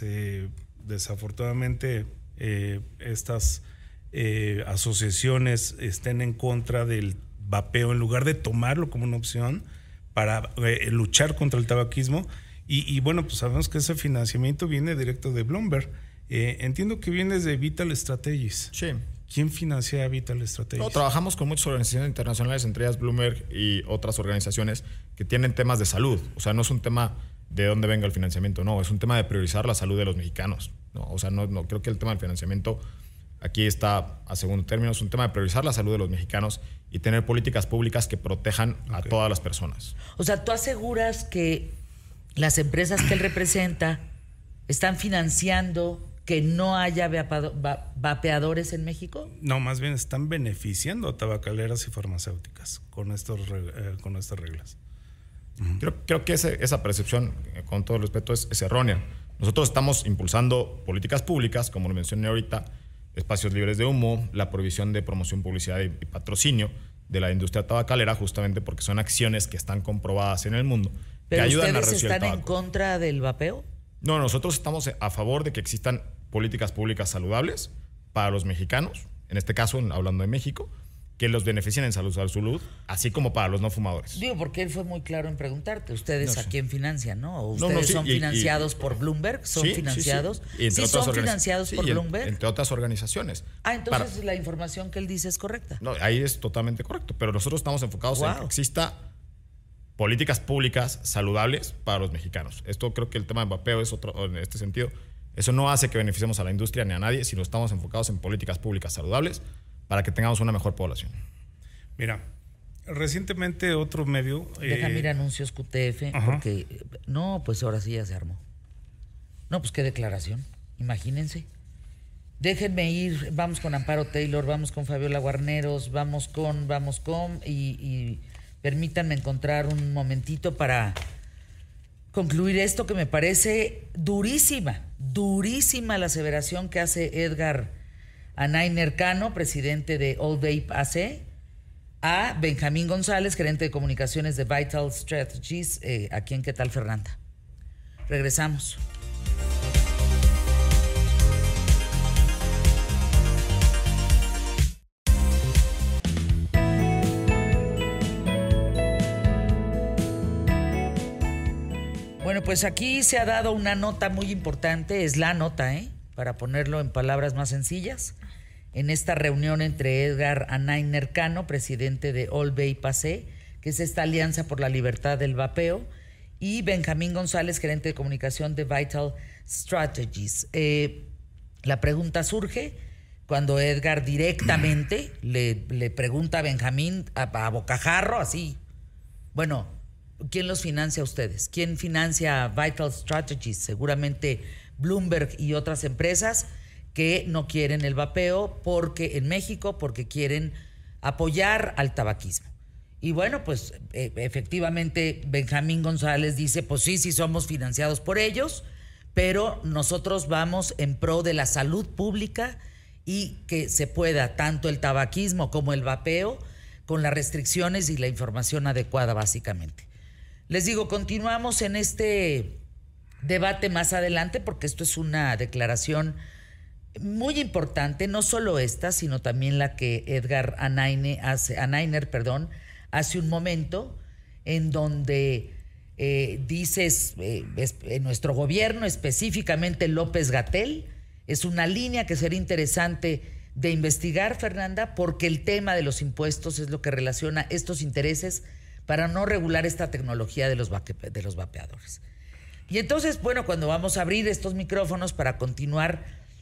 desafortunadamente estas asociaciones estén en contra del vapeo en lugar de tomarlo como una opción para luchar contra el tabaquismo. Y bueno, pues sabemos que ese financiamiento viene directo de Bloomberg. Entiendo que viene de Vital Strategies. Sí. ¿Quién financia Vital Strategies? No, trabajamos con muchas organizaciones internacionales, entre ellas Bloomberg y otras organizaciones que tienen temas de salud. O sea, no es un tema de dónde venga el financiamiento, no, es un tema de priorizar la salud de los mexicanos. ¿No? O sea, no creo que el tema del financiamiento aquí está a segundo término, es un tema de priorizar la salud de los mexicanos y tener políticas públicas que protejan a todas las personas. O sea, ¿tú aseguras que las empresas que él representa están financiando que no haya vapeadores en México? No, más bien están beneficiando a tabacaleras y farmacéuticas con estas reglas. Creo que esa percepción, con todo respeto, es errónea. Nosotros estamos impulsando políticas públicas, como lo mencioné ahorita, espacios libres de humo, la prohibición de promoción, publicidad y patrocinio de la industria tabacalera, justamente porque son acciones que están comprobadas en el mundo. ¿Pero que ayudan a ustedes reducir el están en tabaco. contra del vapeo? No, nosotros estamos a favor de que existan políticas públicas saludables para los mexicanos, en este caso, hablando de México, que los beneficien en salud, así como para los no fumadores. Digo, porque él fue muy claro en preguntarte, ¿ustedes No a sé. quién financian, no? ¿O ustedes sí, son financiados por Bloomberg? ¿Son financiados? Sí. ¿Sí son financiados por Bloomberg? Entre otras organizaciones. Entonces la información que él dice es correcta. No, ahí es totalmente correcto, pero nosotros estamos enfocados en que exista políticas públicas saludables para los mexicanos. Esto creo que el tema del vapeo es otro en este sentido. Eso no hace que beneficiemos a la industria ni a nadie, sino estamos enfocados en políticas públicas saludables para que tengamos una mejor población. Mira, recientemente otro medio... Déjame ir a anuncios QTF, porque... No, pues ahora sí ya se armó. No, pues qué declaración, imagínense. Déjenme ir, vamos con Amparo Taylor, vamos con Fabiola Guarneros, vamos con, y permítanme encontrar un momentito para concluir esto que me parece durísima la aseveración que hace Edgar Anainer Cano, presidente de All Vape AC, a Benjamín González, gerente de comunicaciones de Vital Strategies, aquí en ¿Qué tal, Fernanda? Regresamos. Bueno, pues aquí se ha dado una nota muy importante, es la nota, para ponerlo en palabras más sencillas, en esta reunión entre Edgar Anainer Cano, presidente de All Bay Pacé, que es esta alianza por la libertad del vapeo, y Benjamín González, gerente de comunicación de Vital Strategies. La pregunta surge cuando Edgar directamente le pregunta a Benjamín a bocajarro, así, bueno, ¿quién los financia a ustedes? ¿Quién financia a Vital Strategies? Seguramente Bloomberg y otras empresas que no quieren el vapeo en México porque quieren apoyar al tabaquismo. Y bueno, pues efectivamente Benjamín González dice, pues sí somos financiados por ellos, pero nosotros vamos en pro de la salud pública y que se pueda tanto el tabaquismo como el vapeo con las restricciones y la información adecuada, básicamente. Les digo, continuamos en este debate más adelante porque esto es una declaración muy importante, no solo esta, sino también la que Edgar Anainer hace un momento, en donde dices, nuestro gobierno, específicamente López-Gatell, es una línea que sería interesante de investigar, Fernanda, porque el tema de los impuestos es lo que relaciona estos intereses para no regular esta tecnología de los vapeadores. Y entonces, bueno, cuando vamos a abrir estos micrófonos para continuar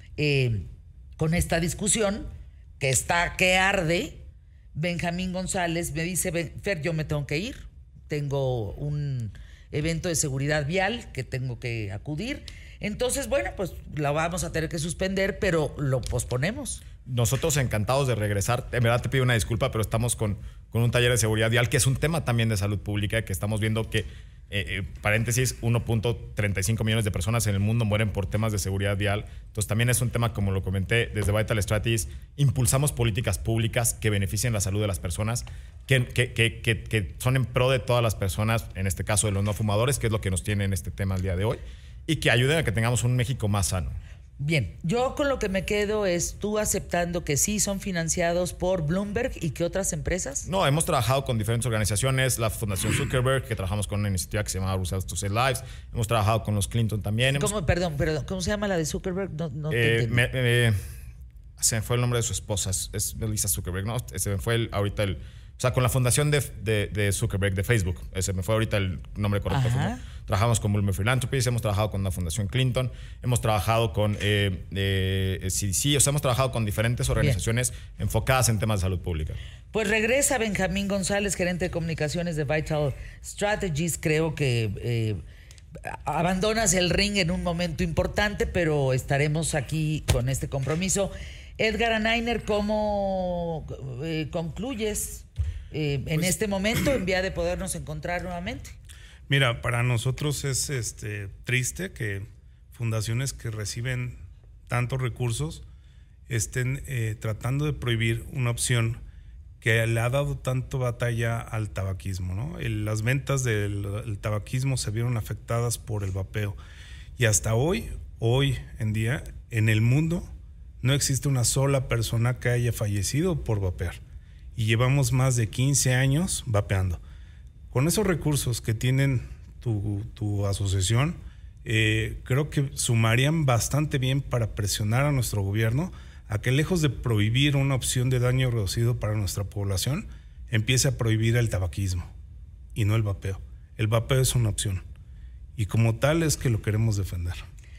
con esta discusión, que arde, Benjamín González me dice, Fer, yo me tengo que ir, tengo un evento de seguridad vial que tengo que acudir, entonces, bueno, pues la vamos a tener que suspender, pero lo posponemos. Nosotros encantados de regresar. En verdad te pido una disculpa, pero estamos con un taller de seguridad vial, que es un tema también de salud pública, que estamos viendo que, paréntesis, 1.35 millones de personas en el mundo mueren por temas de seguridad vial. Entonces también es un tema, como lo comenté, desde Vital Strategies, impulsamos políticas públicas que beneficien la salud de las personas, que son en pro de todas las personas, en este caso de los no fumadores, que es lo que nos tiene en este tema el día de hoy, y que ayuden a que tengamos un México más sano. Bien, yo con lo que me quedo es tú aceptando que sí son financiados por Bloomberg y que otras empresas. No, hemos trabajado con diferentes organizaciones, la Fundación Zuckerberg, que trabajamos con una iniciativa que se llama Results to Save Lives, hemos trabajado con los Clinton también. Perdón, ¿cómo se llama la de Zuckerberg? No se me fue el nombre de su esposa, es Melissa Zuckerberg, ¿no? Se me fue o sea, con la fundación de Zuckerberg, de Facebook. Se me fue ahorita el nombre correcto. Trabajamos con Bloomberg Philanthropies, hemos trabajado con la Fundación Clinton, hemos trabajado con CDC, o sea, hemos trabajado con diferentes organizaciones enfocadas en temas de salud pública. Pues regresa Benjamín González, gerente de comunicaciones de Vital Strategies. Creo que abandonas el ring en un momento importante, pero estaremos aquí con este compromiso. Edgar Anainer, ¿cómo concluyes en este momento en vía de podernos encontrar nuevamente? Mira, para nosotros es triste que fundaciones que reciben tantos recursos estén tratando de prohibir una opción que le ha dado tanto batalla al tabaquismo, ¿no? Las ventas del tabaquismo se vieron afectadas por el vapeo. Y hasta hoy en día, en el mundo, no existe una sola persona que haya fallecido por vapear. Y llevamos más de 15 años vapeando. Con esos recursos que tienen tu asociación, creo que sumarían bastante bien para presionar a nuestro gobierno a que, lejos de prohibir una opción de daño reducido para nuestra población, empiece a prohibir el tabaquismo y no el vapeo. El vapeo es una opción y como tal es que lo queremos defender.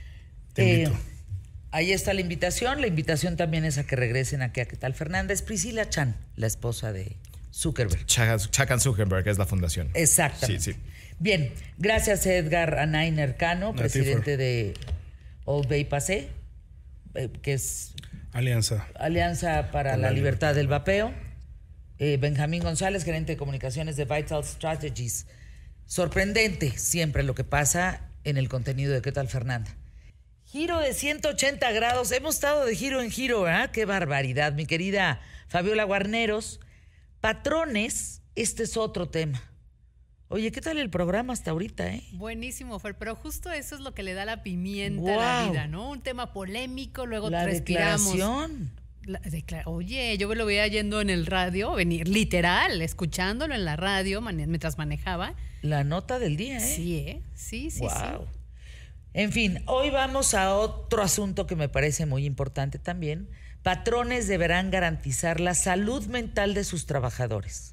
Te invito. Ahí está la invitación. La invitación también es a que regresen aquí a ¿Qué tal, Fernanda? Es Priscila Chan, la esposa de Zuckerberg. Chacan Zuckerberg es la fundación. Exactamente. Sí. Bien, gracias Edgar Anainer Cano, presidente de All Bay Pacé, que es Alianza para la Libertad del Vapeo. Benjamín González, gerente de comunicaciones de Vital Strategies. Sorprendente siempre lo que pasa en el contenido de ¿Qué tal, Fernanda? Giro de 180 grados. Hemos estado de giro en giro, ¿verdad? ¡Qué barbaridad! Mi querida Fabiola Guarneros. Patrones, este es otro tema. Oye, ¿qué tal el programa hasta ahorita, Buenísimo, Fer, pero justo eso es lo que le da la pimienta a la vida, ¿no? Un tema polémico, luego respiramos. Declaración. Oye, yo me lo veía yendo en el radio, venir literal, escuchándolo en la radio mientras manejaba. La nota del día, Sí, Sí. En fin, hoy vamos a otro asunto que me parece muy importante también patrones deberán garantizar la salud mental de sus trabajadores.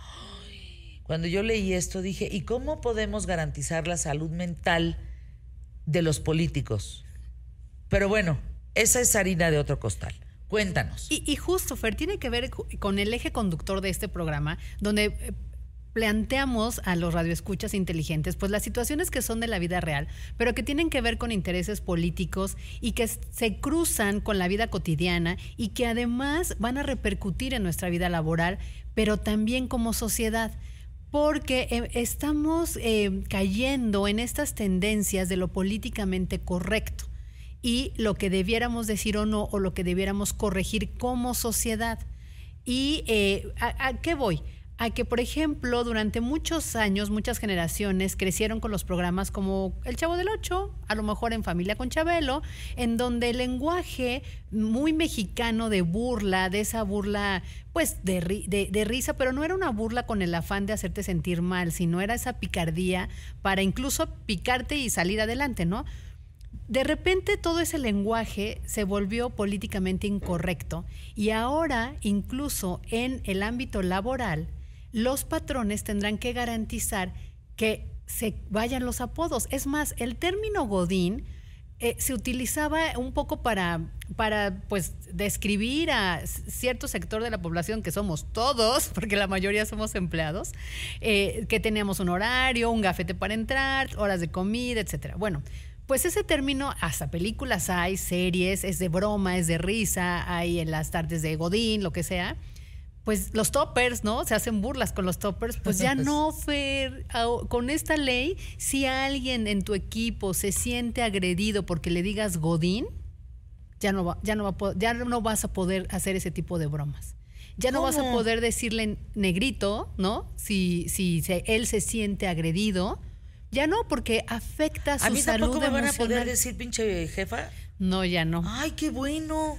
Cuando yo leí esto dije, ¿y cómo podemos garantizar la salud mental de los políticos? Pero bueno, esa es harina de otro costal. Cuéntanos. Y justo, Fer, tiene que ver con el eje conductor de este programa, donde planteamos a los radioescuchas inteligentes pues las situaciones que son de la vida real, pero que tienen que ver con intereses políticos y que se cruzan con la vida cotidiana y que además van a repercutir en nuestra vida laboral, pero también como sociedad. Porque estamos cayendo en estas tendencias de lo políticamente correcto y lo que debiéramos decir o no, o lo que debiéramos corregir como sociedad. ¿Y a qué voy? A que, por ejemplo, durante muchos años, muchas generaciones crecieron con los programas como El Chavo del Ocho, a lo mejor En Familia con Chabelo, en donde el lenguaje muy mexicano de burla, de esa burla pues de risa, pero no era una burla con el afán de hacerte sentir mal, sino era esa picardía para incluso picarte y salir adelante, ¿no? De repente todo ese lenguaje se volvió políticamente incorrecto y ahora incluso en el ámbito laboral los patrones tendrán que garantizar que se vayan los apodos. Es más, el término godín se utilizaba un poco para pues describir a cierto sector de la población que somos todos, porque la mayoría somos empleados, que teníamos un horario, un gafete para entrar, horas de comida, etcétera. Bueno, pues ese término, hasta películas hay, series, es de broma, es de risa, hay en las tardes de godín, lo que sea. Pues los toppers, ¿no? Se hacen burlas con los toppers. Pues ya no, Fer. Con esta ley, si alguien en tu equipo se siente agredido porque le digas godín, ya no vas a poder hacer ese tipo de bromas. Ya no vas a poder decirle negrito, ¿no? Si él se siente agredido. Ya no, porque afecta su salud emocional. ¿A mí tampoco me van a poder decir pinche jefa? No, ya no. ¡Ay, qué bueno!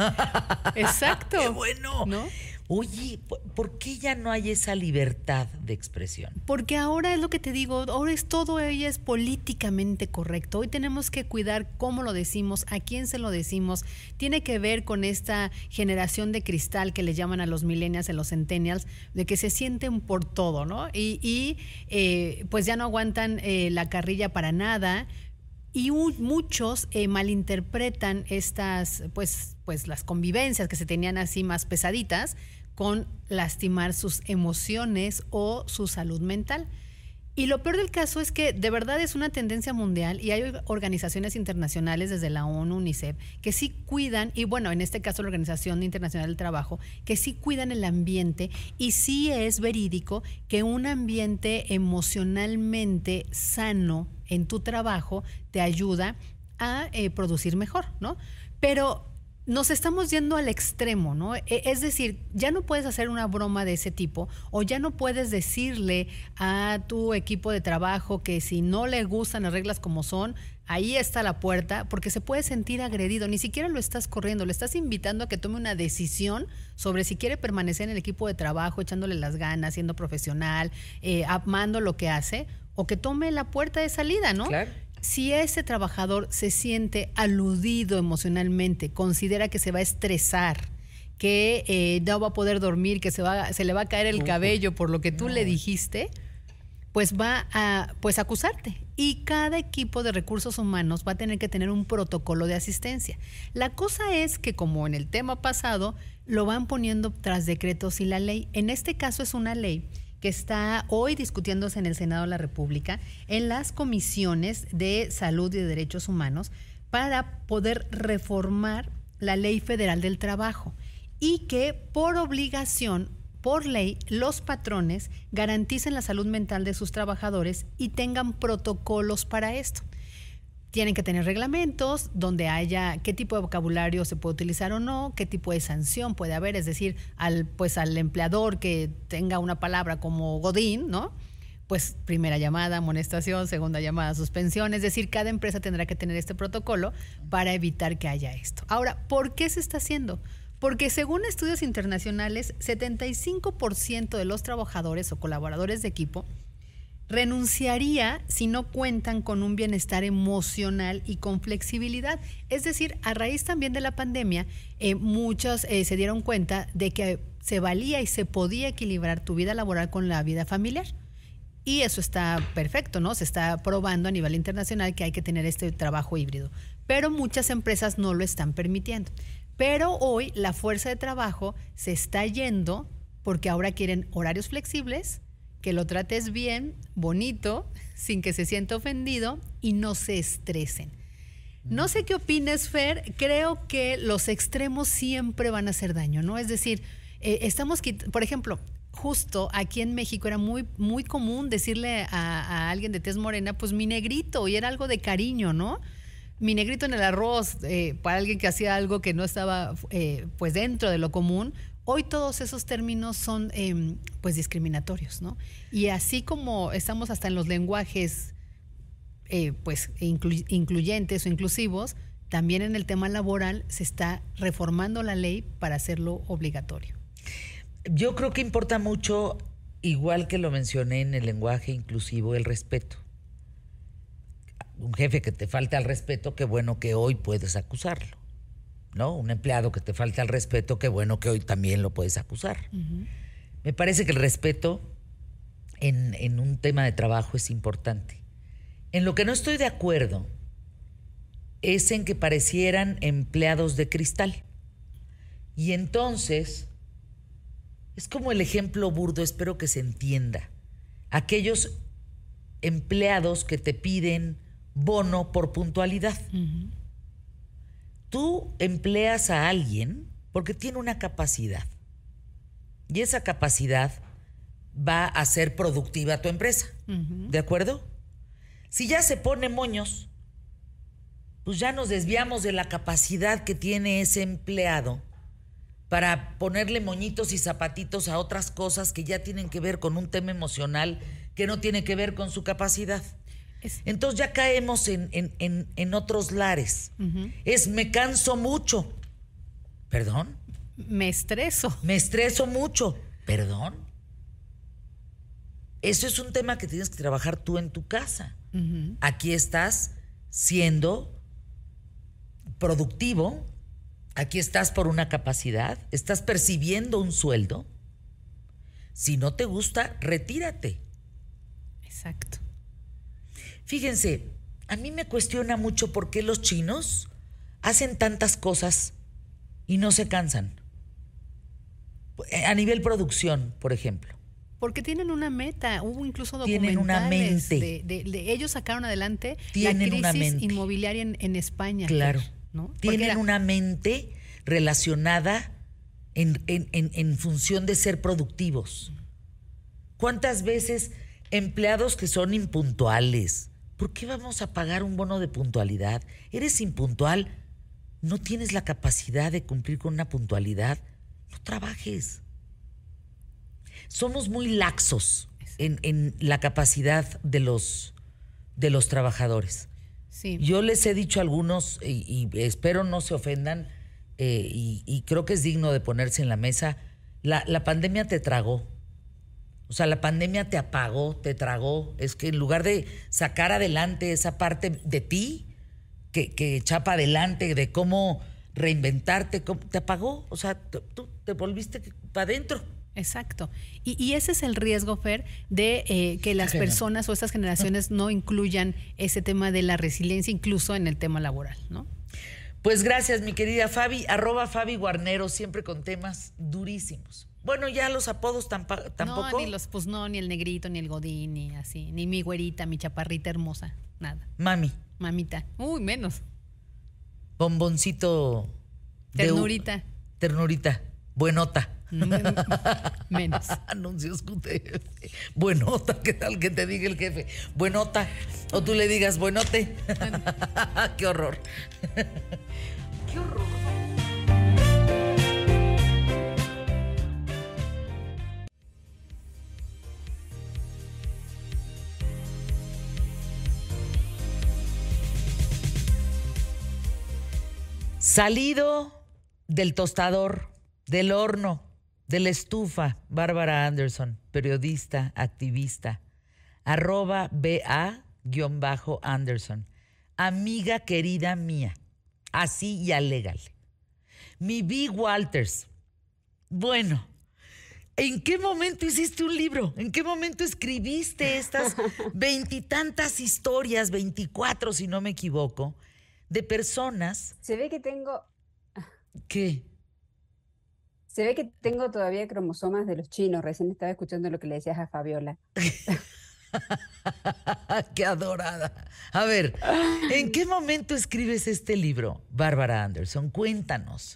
Exacto. ¡Qué bueno! ¿No? Oye, ¿por qué ya no hay esa libertad de expresión? Porque ahora es lo que te digo, ahora todo ella es políticamente correcto. Hoy tenemos que cuidar cómo lo decimos, a quién se lo decimos. Tiene que ver con esta generación de cristal que le llaman a los millennials y los centennials, de que se sienten por todo, ¿no? Y pues ya no aguantan la carrilla para nada. Y muchos malinterpretan estas, pues las convivencias que se tenían así más pesaditas con lastimar sus emociones o su salud mental. Y lo peor del caso es que de verdad es una tendencia mundial y hay organizaciones internacionales desde la ONU, UNICEF, que sí cuidan, y bueno, en este caso la Organización Internacional del Trabajo, que sí cuidan el ambiente y sí es verídico que un ambiente emocionalmente sano en tu trabajo te ayuda a producir mejor, ¿no? Pero nos estamos yendo al extremo, ¿no? Es decir, ya no puedes hacer una broma de ese tipo o ya no puedes decirle a tu equipo de trabajo que si no le gustan las reglas como son, ahí está la puerta, porque se puede sentir agredido. Ni siquiera lo estás corriendo, le estás invitando a que tome una decisión sobre si quiere permanecer en el equipo de trabajo, echándole las ganas, siendo profesional, amando lo que hace, o que tome la puerta de salida, ¿no? Claro. Si ese trabajador se siente aludido emocionalmente, considera que se va a estresar, que no va a poder dormir, que se le va a caer el cabello por lo que tú le dijiste, pues va a acusarte. Y cada equipo de recursos humanos va a tener que tener un protocolo de asistencia. La cosa es que, como en el tema pasado, lo van poniendo tras decretos y la ley. En este caso es una ley que está hoy discutiéndose en el Senado de la República, en las comisiones de salud y de derechos humanos, para poder reformar la Ley Federal del Trabajo y que por obligación, por ley, los patrones garanticen la salud mental de sus trabajadores y tengan protocolos para esto. Tienen que tener reglamentos donde haya qué tipo de vocabulario se puede utilizar o no, qué tipo de sanción puede haber, es decir, al empleador que tenga una palabra como godín, ¿no? Pues primera llamada, amonestación, segunda llamada, suspensión, es decir, cada empresa tendrá que tener este protocolo para evitar que haya esto. Ahora, ¿por qué se está haciendo? Porque según estudios internacionales, 75% de los trabajadores o colaboradores de equipo renunciaría si no cuentan con un bienestar emocional y con flexibilidad. Es decir, a raíz también de la pandemia, muchos se dieron cuenta de que se valía y se podía equilibrar tu vida laboral con la vida familiar. Y eso está perfecto, ¿no? Se está probando a nivel internacional que hay que tener este trabajo híbrido. Pero muchas empresas no lo están permitiendo. Pero hoy la fuerza de trabajo se está yendo porque ahora quieren horarios flexibles, que lo trates bien, bonito, sin que se sienta ofendido y no se estresen. No sé qué opines, Fer. Creo que los extremos siempre van a hacer daño, ¿no? Es decir, por ejemplo, justo aquí en México era muy, muy común decirle a alguien de tez morena, pues mi negrito, y era algo de cariño, ¿no? Mi negrito en el arroz, para alguien que hacía algo que no estaba pues dentro de lo común. Hoy todos esos términos son pues discriminatorios, ¿no? Y así como estamos hasta en los lenguajes pues incluyentes o inclusivos, también en el tema laboral se está reformando la ley para hacerlo obligatorio. Yo creo que importa mucho, igual que lo mencioné en el lenguaje inclusivo, el respeto. Un jefe que te falta al respeto, qué bueno que hoy puedes acusarlo, ¿no? Un empleado que te falta al respeto, qué bueno que hoy también lo puedes acusar. Uh-huh. Me parece que el respeto en un tema de trabajo es importante. En lo que no estoy de acuerdo es en que parecieran empleados de cristal. Y entonces, es como el ejemplo burdo, espero que se entienda. Aquellos empleados que te piden bono por puntualidad. Uh-huh. Tú empleas a alguien porque tiene una capacidad. Y esa capacidad va a ser productiva a tu empresa. Uh-huh. ¿De acuerdo? Si ya se pone moños, pues ya nos desviamos de la capacidad que tiene ese empleado para ponerle moñitos y zapatitos a otras cosas que ya tienen que ver con un tema emocional que no tiene que ver con su capacidad. Entonces ya caemos en otros lares. Uh-huh. Me canso mucho. ¿Perdón? Me estreso. Me estreso mucho. ¿Perdón? Eso es un tema que tienes que trabajar tú en tu casa. Uh-huh. Aquí estás siendo productivo, aquí estás por una capacidad, estás percibiendo un sueldo. Si no te gusta, retírate. Exacto. Fíjense, a mí me cuestiona mucho por qué los chinos hacen tantas cosas y no se cansan. A nivel producción, por ejemplo. Porque tienen una meta. Hubo incluso documentales. Tienen una mente. Ellos sacaron adelante tienen la crisis inmobiliaria en España. Claro. ¿No? Tienen una mente relacionada en función de ser productivos. ¿Cuántas veces empleados que son impuntuales? ¿Por qué vamos a pagar un bono de puntualidad? Eres impuntual, no tienes la capacidad de cumplir con una puntualidad, no trabajes. Somos muy laxos en la capacidad de los trabajadores. Sí. Yo les he dicho a algunos, y espero no se ofendan, y creo que es digno de ponerse en la mesa, la pandemia te tragó. O sea, la pandemia te apagó, te tragó. Es que en lugar de sacar adelante esa parte de ti, que echaba adelante, de cómo reinventarte, te apagó. O sea, tú te volviste para adentro. Exacto. Y ese es el riesgo, Fer, de que las personas o estas generaciones no incluyan ese tema de la resiliencia, incluso en el tema laboral, ¿no? Pues gracias, mi querida Fabi, @Fabi Guarnero, siempre con temas durísimos. Bueno, ya los apodos tampoco. No, ni el negrito, ni el godín, ni así, ni mi güerita, mi chaparrita hermosa, nada. Mami. Mamita. Uy, menos. Bomboncito. Ternurita. Ternurita. Buenota. Menos. Anuncios QTF. Buenota, ¿qué tal que te diga el jefe? Buenota. O tú le digas buenote. Qué horror. Qué horror. Salido del tostador, del horno, de la estufa, Bárbara Anderson, periodista, activista, @BA_Anderson. Amiga querida mía, así y alégale. Mi B. Walters. Bueno, ¿en qué momento hiciste un libro? ¿En qué momento escribiste estas 20 y tantas historias, 24 si no me equivoco, de personas? Se ve que tengo... ¿Qué? Se ve que tengo todavía cromosomas de los chinos. Recién estaba escuchando lo que le decías a Fabiola. ¡Qué adorada! A ver, ¿en qué momento escribes este libro, Bárbara Anderson? Cuéntanos.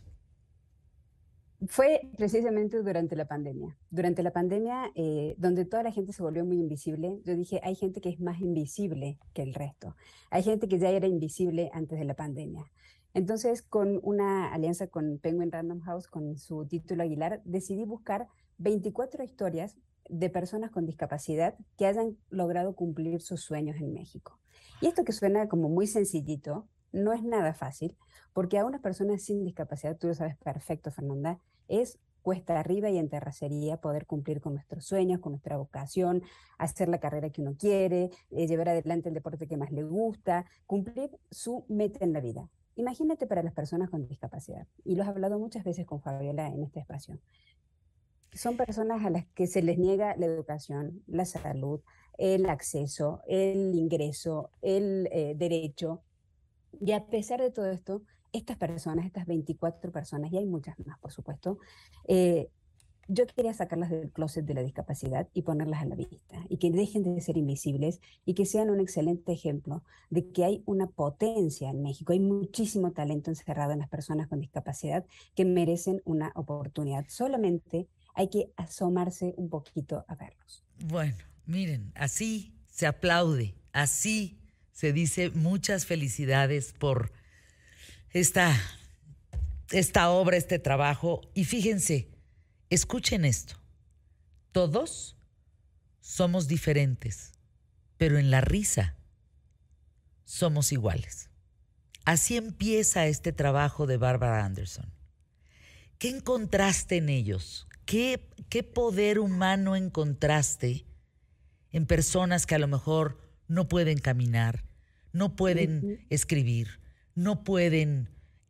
Fue precisamente durante la pandemia. Durante la pandemia, donde toda la gente se volvió muy invisible, yo dije, hay gente que es más invisible que el resto. Hay gente que ya era invisible antes de la pandemia. Entonces, con una alianza con Penguin Random House, con su título Aguilar, decidí buscar 24 historias de personas con discapacidad que hayan logrado cumplir sus sueños en México. Y esto que suena como muy sencillito, no es nada fácil, porque a una persona sin discapacidad, tú lo sabes perfecto, Fernanda, es cuesta arriba y en terracería poder cumplir con nuestros sueños, con nuestra vocación, hacer la carrera que uno quiere, llevar adelante el deporte que más le gusta, cumplir su meta en la vida. Imagínate para las personas con discapacidad, y lo has hablado muchas veces con Fabiola en este espacio. Son personas a las que se les niega la educación, la salud, el acceso, el ingreso, el derecho. Y a pesar de todo esto, estas personas, estas 24 personas, y hay muchas más, por supuesto, yo quería sacarlas del closet de la discapacidad y ponerlas a la vista, y que dejen de ser invisibles y que sean un excelente ejemplo de que hay una potencia en México, hay muchísimo talento encerrado en las personas con discapacidad que merecen una oportunidad. Solamente hay que asomarse un poquito a verlos. Bueno, miren, así se aplaude, así se dice muchas felicidades por esta obra, este trabajo. Y fíjense, escuchen esto. Todos somos diferentes, pero en la risa somos iguales. Así empieza este trabajo de Bárbara Anderson. ¿Qué encontraste en ellos? ¿Qué poder humano encontraste en personas que a lo mejor no pueden caminar, no pueden escribir, no pueden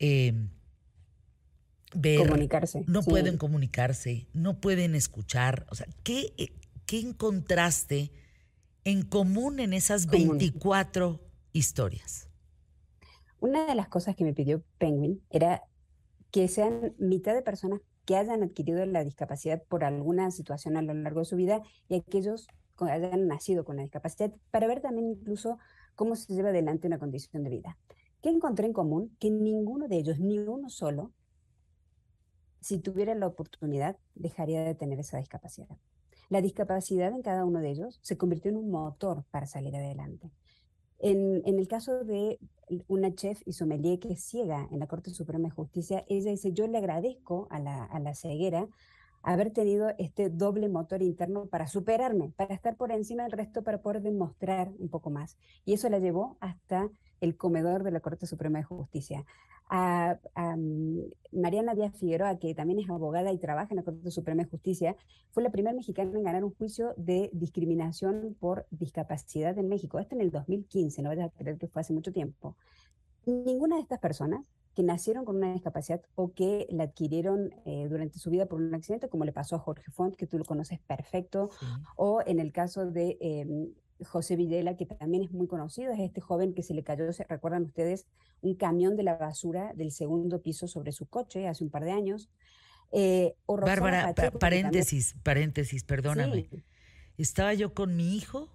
ver, comunicarse, no pueden comunicarse, no pueden escuchar? O sea, ¿qué encontraste en común en esas 24 historias? Una de las cosas que me pidió Penguin era que sean mitad de personas que hayan adquirido la discapacidad por alguna situación a lo largo de su vida y aquellos que hayan nacido con la discapacidad, para ver también incluso cómo se lleva adelante una condición de vida. ¿Qué encontré en común? Que ninguno de ellos, ni uno solo, si tuviera la oportunidad, dejaría de tener esa discapacidad. La discapacidad en cada uno de ellos se convirtió en un motor para salir adelante. En el caso de una chef y sommelier que es ciega en la Corte Suprema de Justicia, ella dice, yo le agradezco a la ceguera haber tenido este doble motor interno para superarme, para estar por encima del resto, para poder demostrar un poco más. Y eso la llevó hasta el comedor de la Corte Suprema de Justicia. A Mariana Díaz Figueroa, que también es abogada y trabaja en la Corte Suprema de Justicia, fue la primera mexicana en ganar un juicio de discriminación por discapacidad en México. Esto en el 2015, no vayas a creer que fue hace mucho tiempo. Ninguna de estas personas que nacieron con una discapacidad o que la adquirieron durante su vida por un accidente, como le pasó a Jorge Font, que tú lo conoces perfecto, sí. O en el caso de José Videla, que también es muy conocido, es este joven que se le cayó, ¿se recuerdan ustedes? Un camión de la basura del segundo piso sobre su coche hace un par de años. O Bárbara, paréntesis, perdóname. Sí. Estaba yo con mi hijo,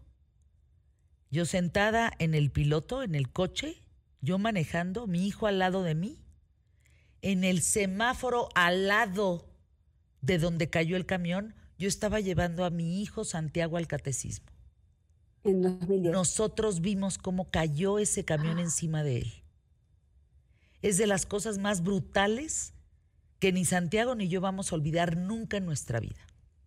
yo sentada en el piloto, en el coche, yo manejando, mi hijo al lado de mí, en el semáforo al lado de donde cayó el camión, yo estaba llevando a mi hijo Santiago al catecismo. En 2010. Nosotros vimos cómo cayó ese camión encima de él. Es de las cosas más brutales que ni Santiago ni yo vamos a olvidar nunca en nuestra vida.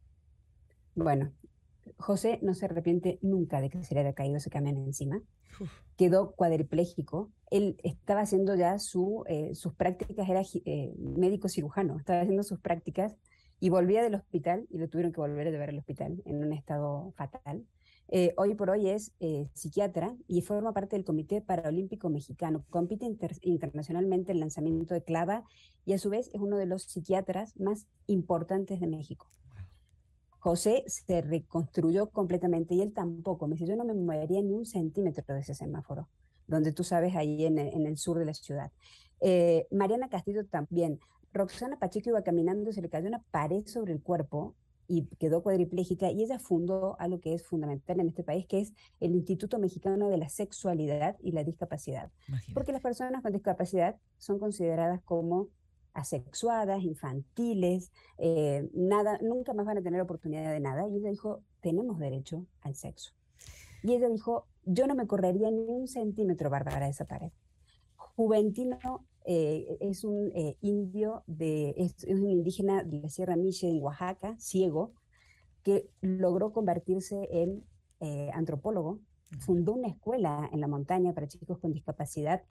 Bueno, José no se arrepiente nunca de que se le haya caído ese camión encima. Quedó cuadripléjico. Él estaba haciendo ya sus prácticas, era médico cirujano, estaba haciendo sus prácticas y volvía del hospital y lo tuvieron que volver a llevar al hospital en un estado fatal. Hoy por hoy es psiquiatra y forma parte del Comité Paralímpico Mexicano. Compite internacionalmente en lanzamiento de clava y a su vez es uno de los psiquiatras más importantes de México. José se reconstruyó completamente y él tampoco. Me dice, yo no me movería ni un centímetro de ese semáforo, donde tú sabes, ahí en el sur de la ciudad. Mariana Castillo también. Roxana Pacheco iba caminando, se le cayó una pared sobre el cuerpo y quedó cuadriplégica, y ella fundó algo que es fundamental en este país, que es el Instituto Mexicano de la Sexualidad y la Discapacidad. Imagínate. Porque las personas con discapacidad son consideradas como asexuadas, infantiles, nunca más van a tener oportunidad de nada. Y ella dijo, tenemos derecho al sexo. Y ella dijo, yo no me correría ni un centímetro, Bárbara, de esa pared. Juventino es un indio, es un indígena de la Sierra Miche en Oaxaca, ciego, que logró convertirse en antropólogo, fundó una escuela en la montaña para chicos con discapacidad.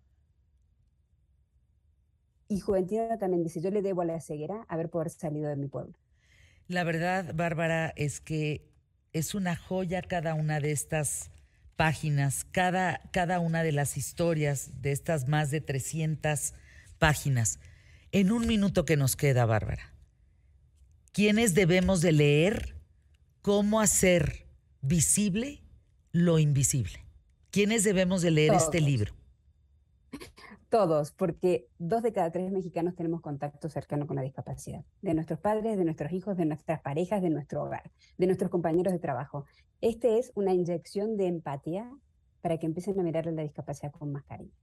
Y Juventino también dice, yo le debo a la ceguera haber poder salido de mi pueblo. La verdad, Bárbara, es que es una joya cada una de estas páginas, cada una de las historias de estas más de 300 páginas. En un minuto que nos queda, Bárbara, ¿quiénes debemos de leer cómo hacer visible lo invisible? ¿Quiénes debemos de leer este libro? Todos, porque 2 de cada 3 mexicanos tenemos contacto cercano con la discapacidad. De nuestros padres, de nuestros hijos, de nuestras parejas, de nuestro hogar, de nuestros compañeros de trabajo. Este es una inyección de empatía para que empiecen a mirar la discapacidad con más cariño.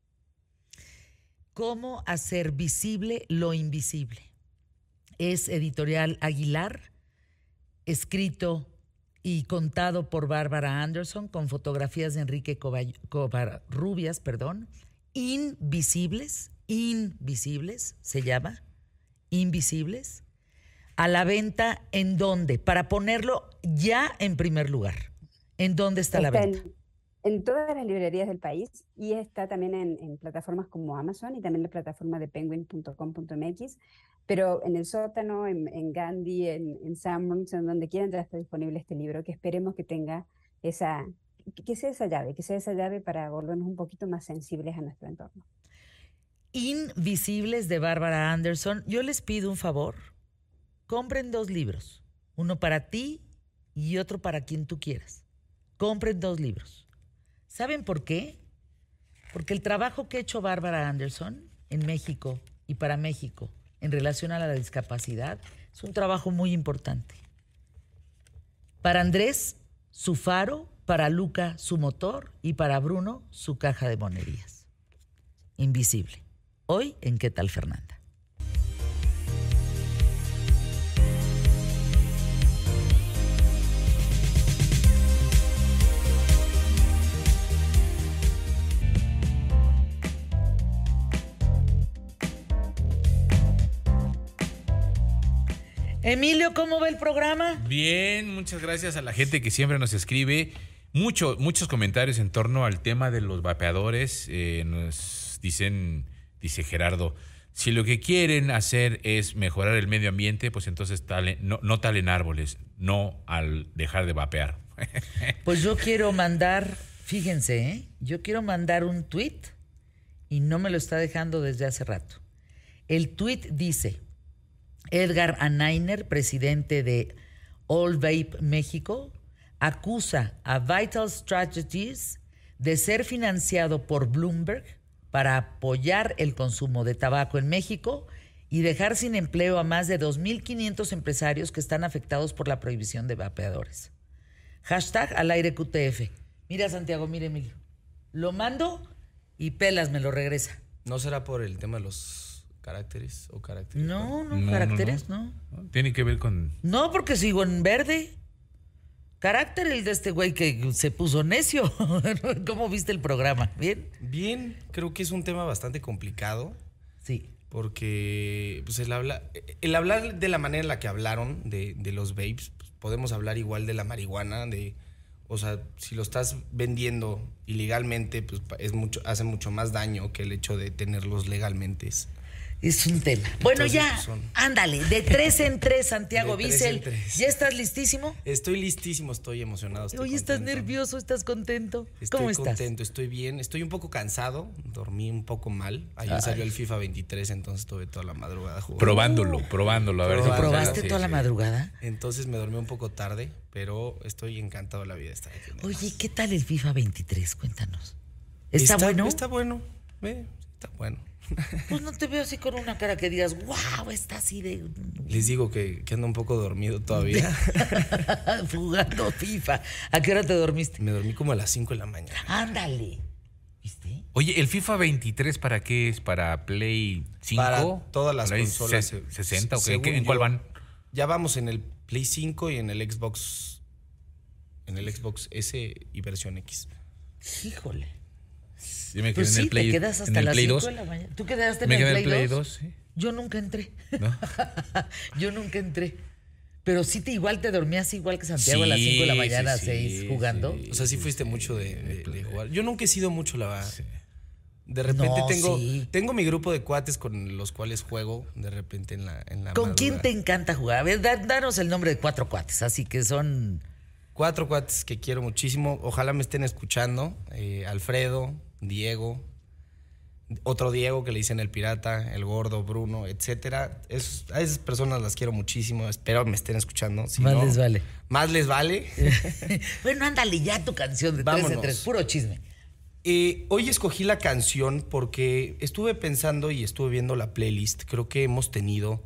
¿Cómo hacer visible lo invisible? Es editorial Aguilar, escrito y contado por Bárbara Anderson, con fotografías de Enrique Covarrubias, Invisibles, se llama, Invisibles, a la venta. ¿En dónde? Para ponerlo ya en primer lugar. ¿En dónde está la venta? En todas las librerías del país, y está también en plataformas como Amazon y también la plataforma de penguin.com.mx, pero en el sótano, en Gandhi, en Sanborns, en donde quieran ya está disponible este libro, que esperemos que tenga que sea esa llave para volvernos un poquito más sensibles a nuestro entorno. Invisibles, de Bárbara Anderson. Yo les pido un favor, compren 2 libros, uno para ti y otro para quien tú quieras. Compren 2 libros. ¿Saben por qué? Porque el trabajo que ha hecho Bárbara Anderson en México y para México en relación a la discapacidad es un trabajo muy importante. Para Andrés, su faro; para Luca, su motor; y para Bruno, su caja de monerías. Invisible. Hoy en ¿Qué tal, Fernanda? Emilio, ¿cómo va el programa? Bien, muchas gracias a la gente que siempre nos escribe. Muchos comentarios en torno al tema de los vapeadores. Nos dice Gerardo, si lo que quieren hacer es mejorar el medio ambiente, pues entonces no talen árboles, no al dejar de vapear. Pues yo quiero mandar, fíjense, yo quiero mandar un tuit y no me lo está dejando desde hace rato. El tuit dice: Edgar Anainer, presidente de All Vape México, acusa a Vital Strategies de ser financiado por Bloomberg para apoyar el consumo de tabaco en México y dejar sin empleo a más de 2,500 empresarios que están afectados por la prohibición de vapeadores. #AlAireQTF. Mira, Santiago, mira, Emilio. Lo mando y Pelas me lo regresa. ¿No será por el tema de los caracteres o caracteres? No, caracteres, no. Tiene que ver con... No, porque sigo en verde. Carácter el de este güey que se puso necio. ¿Cómo viste el programa? ¿Bien? Bien, creo que es un tema bastante complicado. Sí. Porque pues el hablar de la manera en la que hablaron de los vapes, pues, podemos hablar igual de la marihuana, o sea, si lo estás vendiendo ilegalmente, pues hace mucho más daño que el hecho de tenerlos legalmente. Es un tema. Bueno, entonces, ya, ándale, de 3 en 3, Santiago Bissell. ¿Ya estás listísimo? Estoy listísimo, estoy emocionado. Oye, ¿estás nervioso? ¿Estás contento? ¿Cómo estás? Estoy contento, estoy bien. Estoy un poco cansado, dormí un poco mal. Ayer salió el FIFA 23, entonces estuve toda la madrugada jugando. Probándolo. A ver, ¿Lo probaste toda la madrugada? Entonces me dormí un poco tarde, pero estoy encantado de la vida de estar aquí. Oye, ¿qué tal el FIFA 23? Cuéntanos. ¿Está bueno? Está bueno, está bueno. Pues no te veo así con una cara que digas, wow, está así de... Les digo que ando un poco dormido todavía. Jugando FIFA. ¿A qué hora te dormiste? Me dormí como a las 5 de la mañana. Ándale. ¿Viste? Oye, ¿el FIFA 23 para qué es? ¿Para Play 5? Para todas las consolas. ¿60 o qué? ¿En cuál van? Ya vamos en el Play 5 y en el Xbox. En el Xbox S y versión X. Híjole. Yo me quedé pues en el Play, te quedas hasta las 5 de la mañana. ¿Tú quedaste en el Play 2? Sí. Yo nunca entré. ¿No? Yo nunca entré. Pero sí igual te dormías igual que Santiago a las 5 de la mañana, 6 jugando. Sí. O sea, sí fuiste mucho de jugar. Yo nunca he sido mucho, la verdad. Sí. De repente tengo mi grupo de cuates con los cuales juego de repente en la ¿Con madrugada. quién te encanta jugar? A ver, danos el nombre de 4 cuates, así que son... 4 cuates que quiero muchísimo. Ojalá me estén escuchando. Alfredo, Diego, otro Diego que le dicen el pirata, el gordo, Bruno, etcétera. A esas personas las quiero muchísimo. Espero me estén escuchando. Si más no, les vale. Más les vale. Bueno, ándale ya tu canción de 3 en 3, puro chisme. Hoy escogí la canción porque estuve pensando y estuve viendo la playlist. Creo que hemos tenido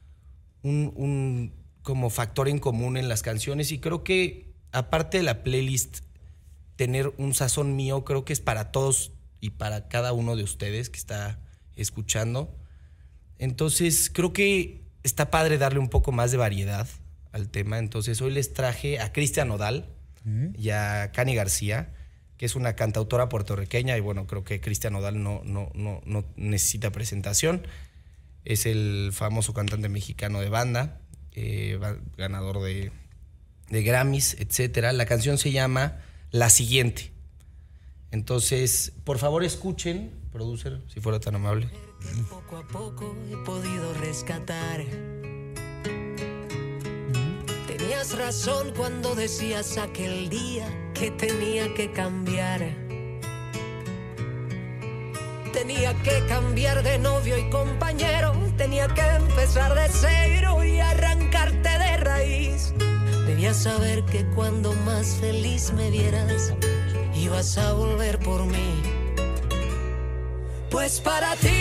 un como factor en común en las canciones y creo que aparte de la playlist tener un sazón mío, creo que es para todos y para cada uno de ustedes que está escuchando. Entonces creo que está padre darle un poco más de variedad al tema. Entonces hoy les traje a Cristian Nodal y a Cani García, que es una cantautora puertorriqueña, y bueno, creo que Cristian Nodal no necesita presentación. Es el famoso cantante mexicano de banda, ganador de Grammys, etcétera. La canción se llama La Siguiente. Entonces, por favor, escuchen, producer, si fuera tan amable. Poco a poco he podido rescatar. Tenías razón cuando decías aquel día que tenía que cambiar. Tenía que cambiar de novio y compañero. Tenía que empezar de cero y arrancarte de raíz. Debías saber que cuando más feliz me vieras, ibas a volver por mí. Pues para ti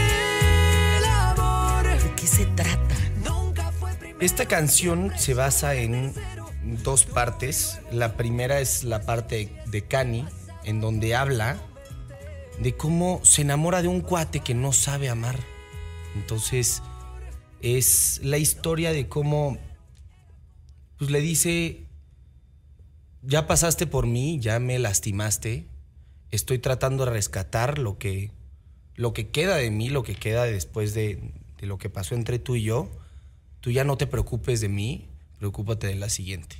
el amor. ¿De qué se trata? Esta canción se basa en 2 partes. La primera es la parte de Cani, en donde habla de cómo se enamora de un cuate que no sabe amar. Entonces es la historia de cómo pues le dice: ya pasaste por mí, ya me lastimaste, estoy tratando de rescatar lo que queda de mí, lo que queda después de lo que pasó entre tú y yo. Tú ya no te preocupes de mí, preocúpate de la siguiente.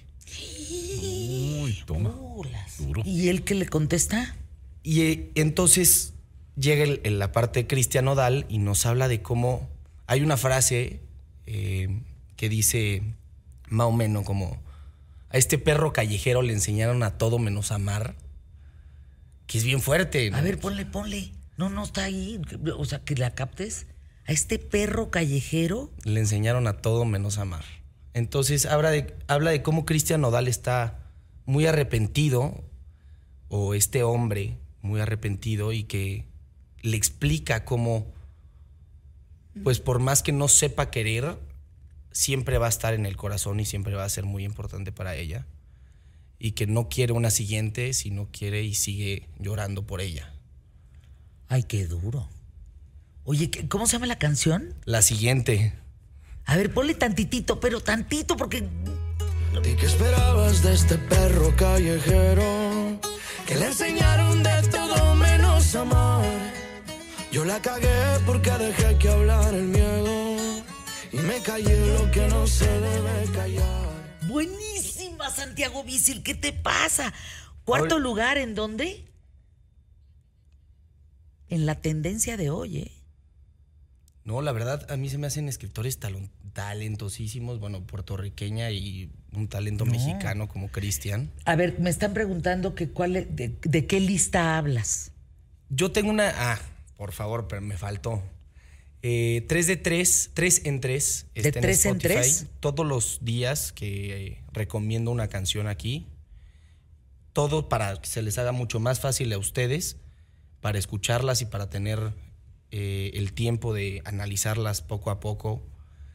Uy, toma. Duro. ¿Y él qué le contesta? Y entonces llega en la parte de Cristian Nodal y nos habla de cómo hay una frase que dice más o menos como: a este perro callejero le enseñaron a todo menos amar, que es bien fuerte, ¿no? A ver, ponle. No está ahí. O sea, que la captes. A este perro callejero le enseñaron a todo menos amar. Entonces habla de cómo Cristian Nodal está muy arrepentido, o este hombre muy arrepentido, y que le explica cómo, pues por más que no sepa querer, siempre va a estar en el corazón y siempre va a ser muy importante para ella, y que no quiere una siguiente, sino quiere y sigue llorando por ella. Ay, qué duro. Oye, ¿cómo se llama la canción? La Siguiente. A ver, ponle tantitito, pero tantito, porque... ¿Y qué esperabas de este perro callejero? Que le enseñaron de todo menos amar. Yo la cagué porque dejé que hablar el miedo y me callé lo que no se debe callar. Buenísima, Santiago Bissell, ¿qué te pasa? ¿Cuarto lugar en dónde? En la tendencia de hoy, ¿eh? No, la verdad, a mí se me hacen escritores talentosísimos, bueno, puertorriqueña y un talento mexicano como Cristian. A ver, me están preguntando que de qué lista hablas. Yo tengo una... por favor, pero me faltó. 3 en 3. ¿De 3 en 3? Todos los días que recomiendo una canción aquí. Todo para que se les haga mucho más fácil a ustedes, para escucharlas y para tener el tiempo de analizarlas poco a poco.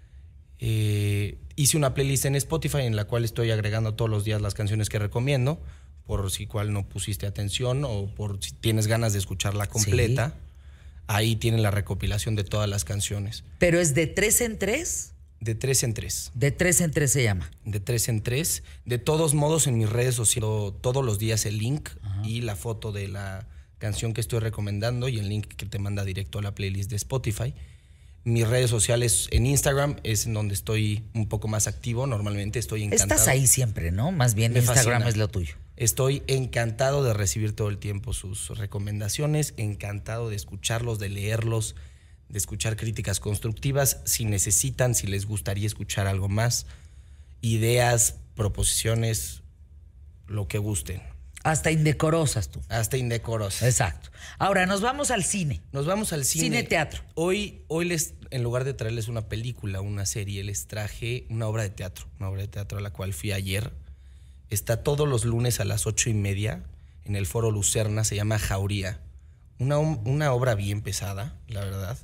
Hice una playlist en Spotify en la cual estoy agregando todos los días las canciones que recomiendo, por si cual no pusiste atención o por si tienes ganas de escucharla completa. Sí. Ahí tienen la recopilación de todas las canciones. ¿Pero es de 3 en 3? De 3 en 3. De 3 en 3 se llama. De 3 en 3. De todos modos, en mis redes sociales, todos los días el link y la foto de la canción que estoy recomendando y el link que te manda directo a la playlist de Spotify. Mis redes sociales en Instagram es en donde estoy un poco más activo. Normalmente estoy encantado. Estás ahí siempre, ¿no? Más bien Me Instagram fascina. es lo tuyo. Estoy encantado de recibir todo el tiempo sus recomendaciones, encantado de escucharlos, de leerlos, de escuchar críticas constructivas. Si necesitan, si les gustaría escuchar algo más, ideas, proposiciones, lo que gusten. Hasta indecorosas tú. Hasta indecorosas. Exacto. Ahora, nos vamos al cine. Nos vamos al cine. Cine-teatro. Hoy les, en lugar de traerles una película, una serie, les traje una obra de teatro a la cual fui ayer. Está todos los lunes a las 8:30 en el Foro Lucerna, se llama Jauría. Una obra bien pesada, la verdad.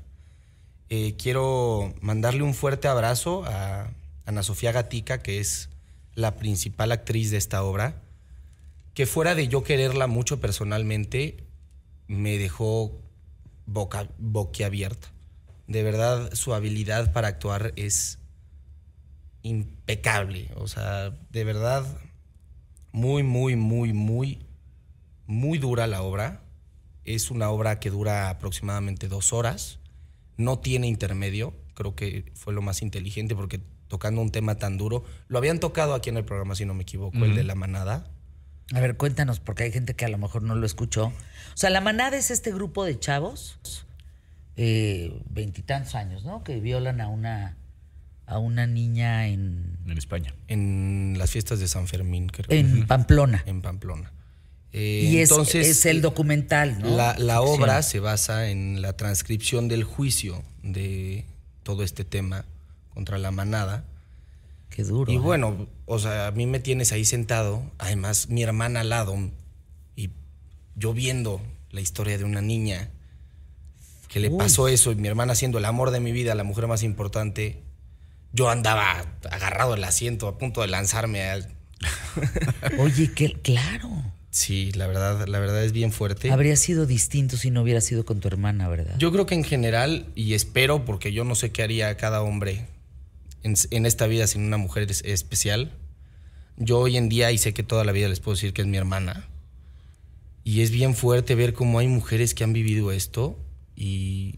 Quiero mandarle un fuerte abrazo a Ana Sofía Gatica, que es la principal actriz de esta obra, que fuera de yo quererla mucho personalmente, me dejó boquiabierta. De verdad, su habilidad para actuar es impecable. O sea, de verdad, muy, muy, muy, muy, muy dura la obra. Es una obra que dura aproximadamente 2 horas. No tiene intermedio. Creo que fue lo más inteligente porque tocando un tema tan duro, lo habían tocado aquí en el programa, si no me equivoco, el de La Manada. A ver, cuéntanos, porque hay gente que a lo mejor no lo escuchó. O sea, La Manada es este grupo de chavos, 20 y tantos años, ¿no? Que violan a una niña en España. En las fiestas de San Fermín, creo. En Pamplona. En Pamplona. Y entonces, es el documental, ¿no? La obra se basa en la transcripción del juicio de todo este tema contra La Manada. Qué duro. Y bueno, o sea, a mí me tienes ahí sentado, además mi hermana al lado, y yo viendo la historia de una niña que le pasó eso, y mi hermana siendo el amor de mi vida, la mujer más importante, yo andaba agarrado al asiento, a punto de lanzarme al... Oye, claro. Sí, la verdad es bien fuerte. Habría sido distinto si no hubiera sido con tu hermana, ¿verdad? Yo creo que en general, y espero, porque yo no sé qué haría cada hombre en esta vida sin una mujer especial. Yo hoy en día, y sé que toda la vida les puedo decir que es mi hermana, y es bien fuerte ver cómo hay mujeres que han vivido esto y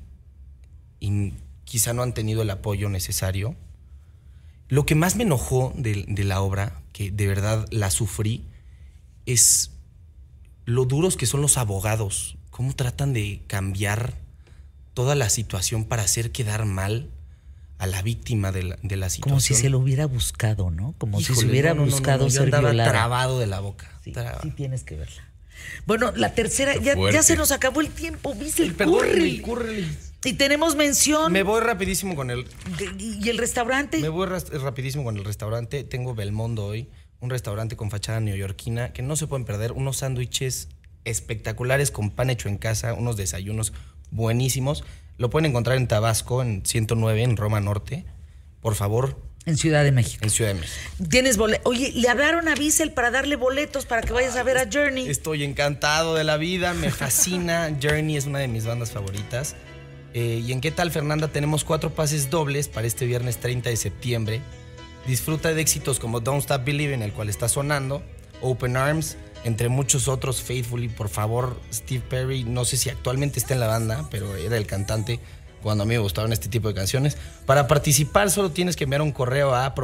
quizá no han tenido el apoyo necesario. Lo que más me enojó de la obra, que de verdad la sufrí, es lo duros que son los abogados, cómo tratan de cambiar toda la situación para hacer quedar mal a la víctima de la situación. Como si se lo hubiera buscado, ¿no? Como Híjole, si se hubiera buscado ser violada. Yo andaba violada. trabado de la boca. Sí, sí tienes que verla. Bueno, la tercera, ya se nos acabó el tiempo, ¿viste? Cúrrele. Y tenemos mención. Me voy rapidísimo con el... ¿Y el restaurante? Me voy rapidísimo con el restaurante. Tengo Belmondo hoy, un restaurante con fachada neoyorquina que no se pueden perder. Unos sándwiches espectaculares con pan hecho en casa, unos desayunos buenísimos. Lo pueden encontrar en Tabasco, en 109, en Roma Norte. Por favor. En Ciudad de México. En Ciudad de México. ¿Tienes boletos? Oye, le hablaron a Bissell para darle boletos para que vayas a ver a Journey. Estoy encantado de la vida, me fascina. Journey es una de mis bandas favoritas. ¿Y en qué tal, Fernanda? Tenemos 4 pases dobles para este viernes 30 de septiembre. Disfruta de éxitos como Don't Stop Believing, el cual está sonando, Open Arms, entre muchos otros, Faithfully, por favor, Steve Perry, no sé si actualmente está en la banda, pero era el cantante cuando a mí me gustaban este tipo de canciones. Para participar solo tienes que enviar un correo a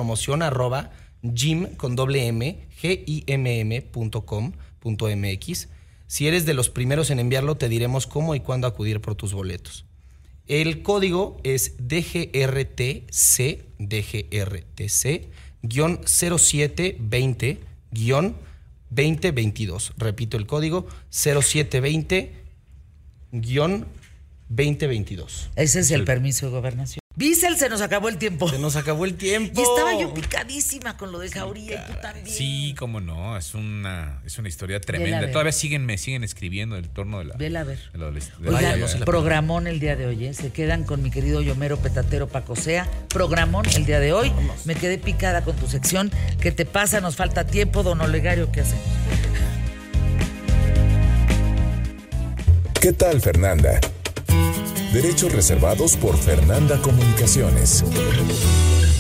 promoción@gim.com.mx. Si eres de los primeros en enviarlo, te diremos cómo y cuándo acudir por tus boletos. El código es DGRTC-0720-2022. Repito el código, 0720-2022. Ese es el permiso de gobernación. Bissell, se nos acabó el tiempo. Se nos acabó el tiempo. Y estaba yo picadísima con lo de Jauría, y tú también. Sí, cómo no, es una historia tremenda. Todavía me siguen escribiendo en torno de la... Vela a ver. Oigan, programón el día de hoy, ¿eh? Se quedan con mi querido Yomero Petatero Pacosea. Programón el día de hoy. Vamos. Me quedé picada con tu sección. ¿Qué te pasa? Nos falta tiempo, don Olegario, ¿qué hacemos? ¿Qué tal, Fernanda? Derechos reservados por Fernanda Comunicaciones.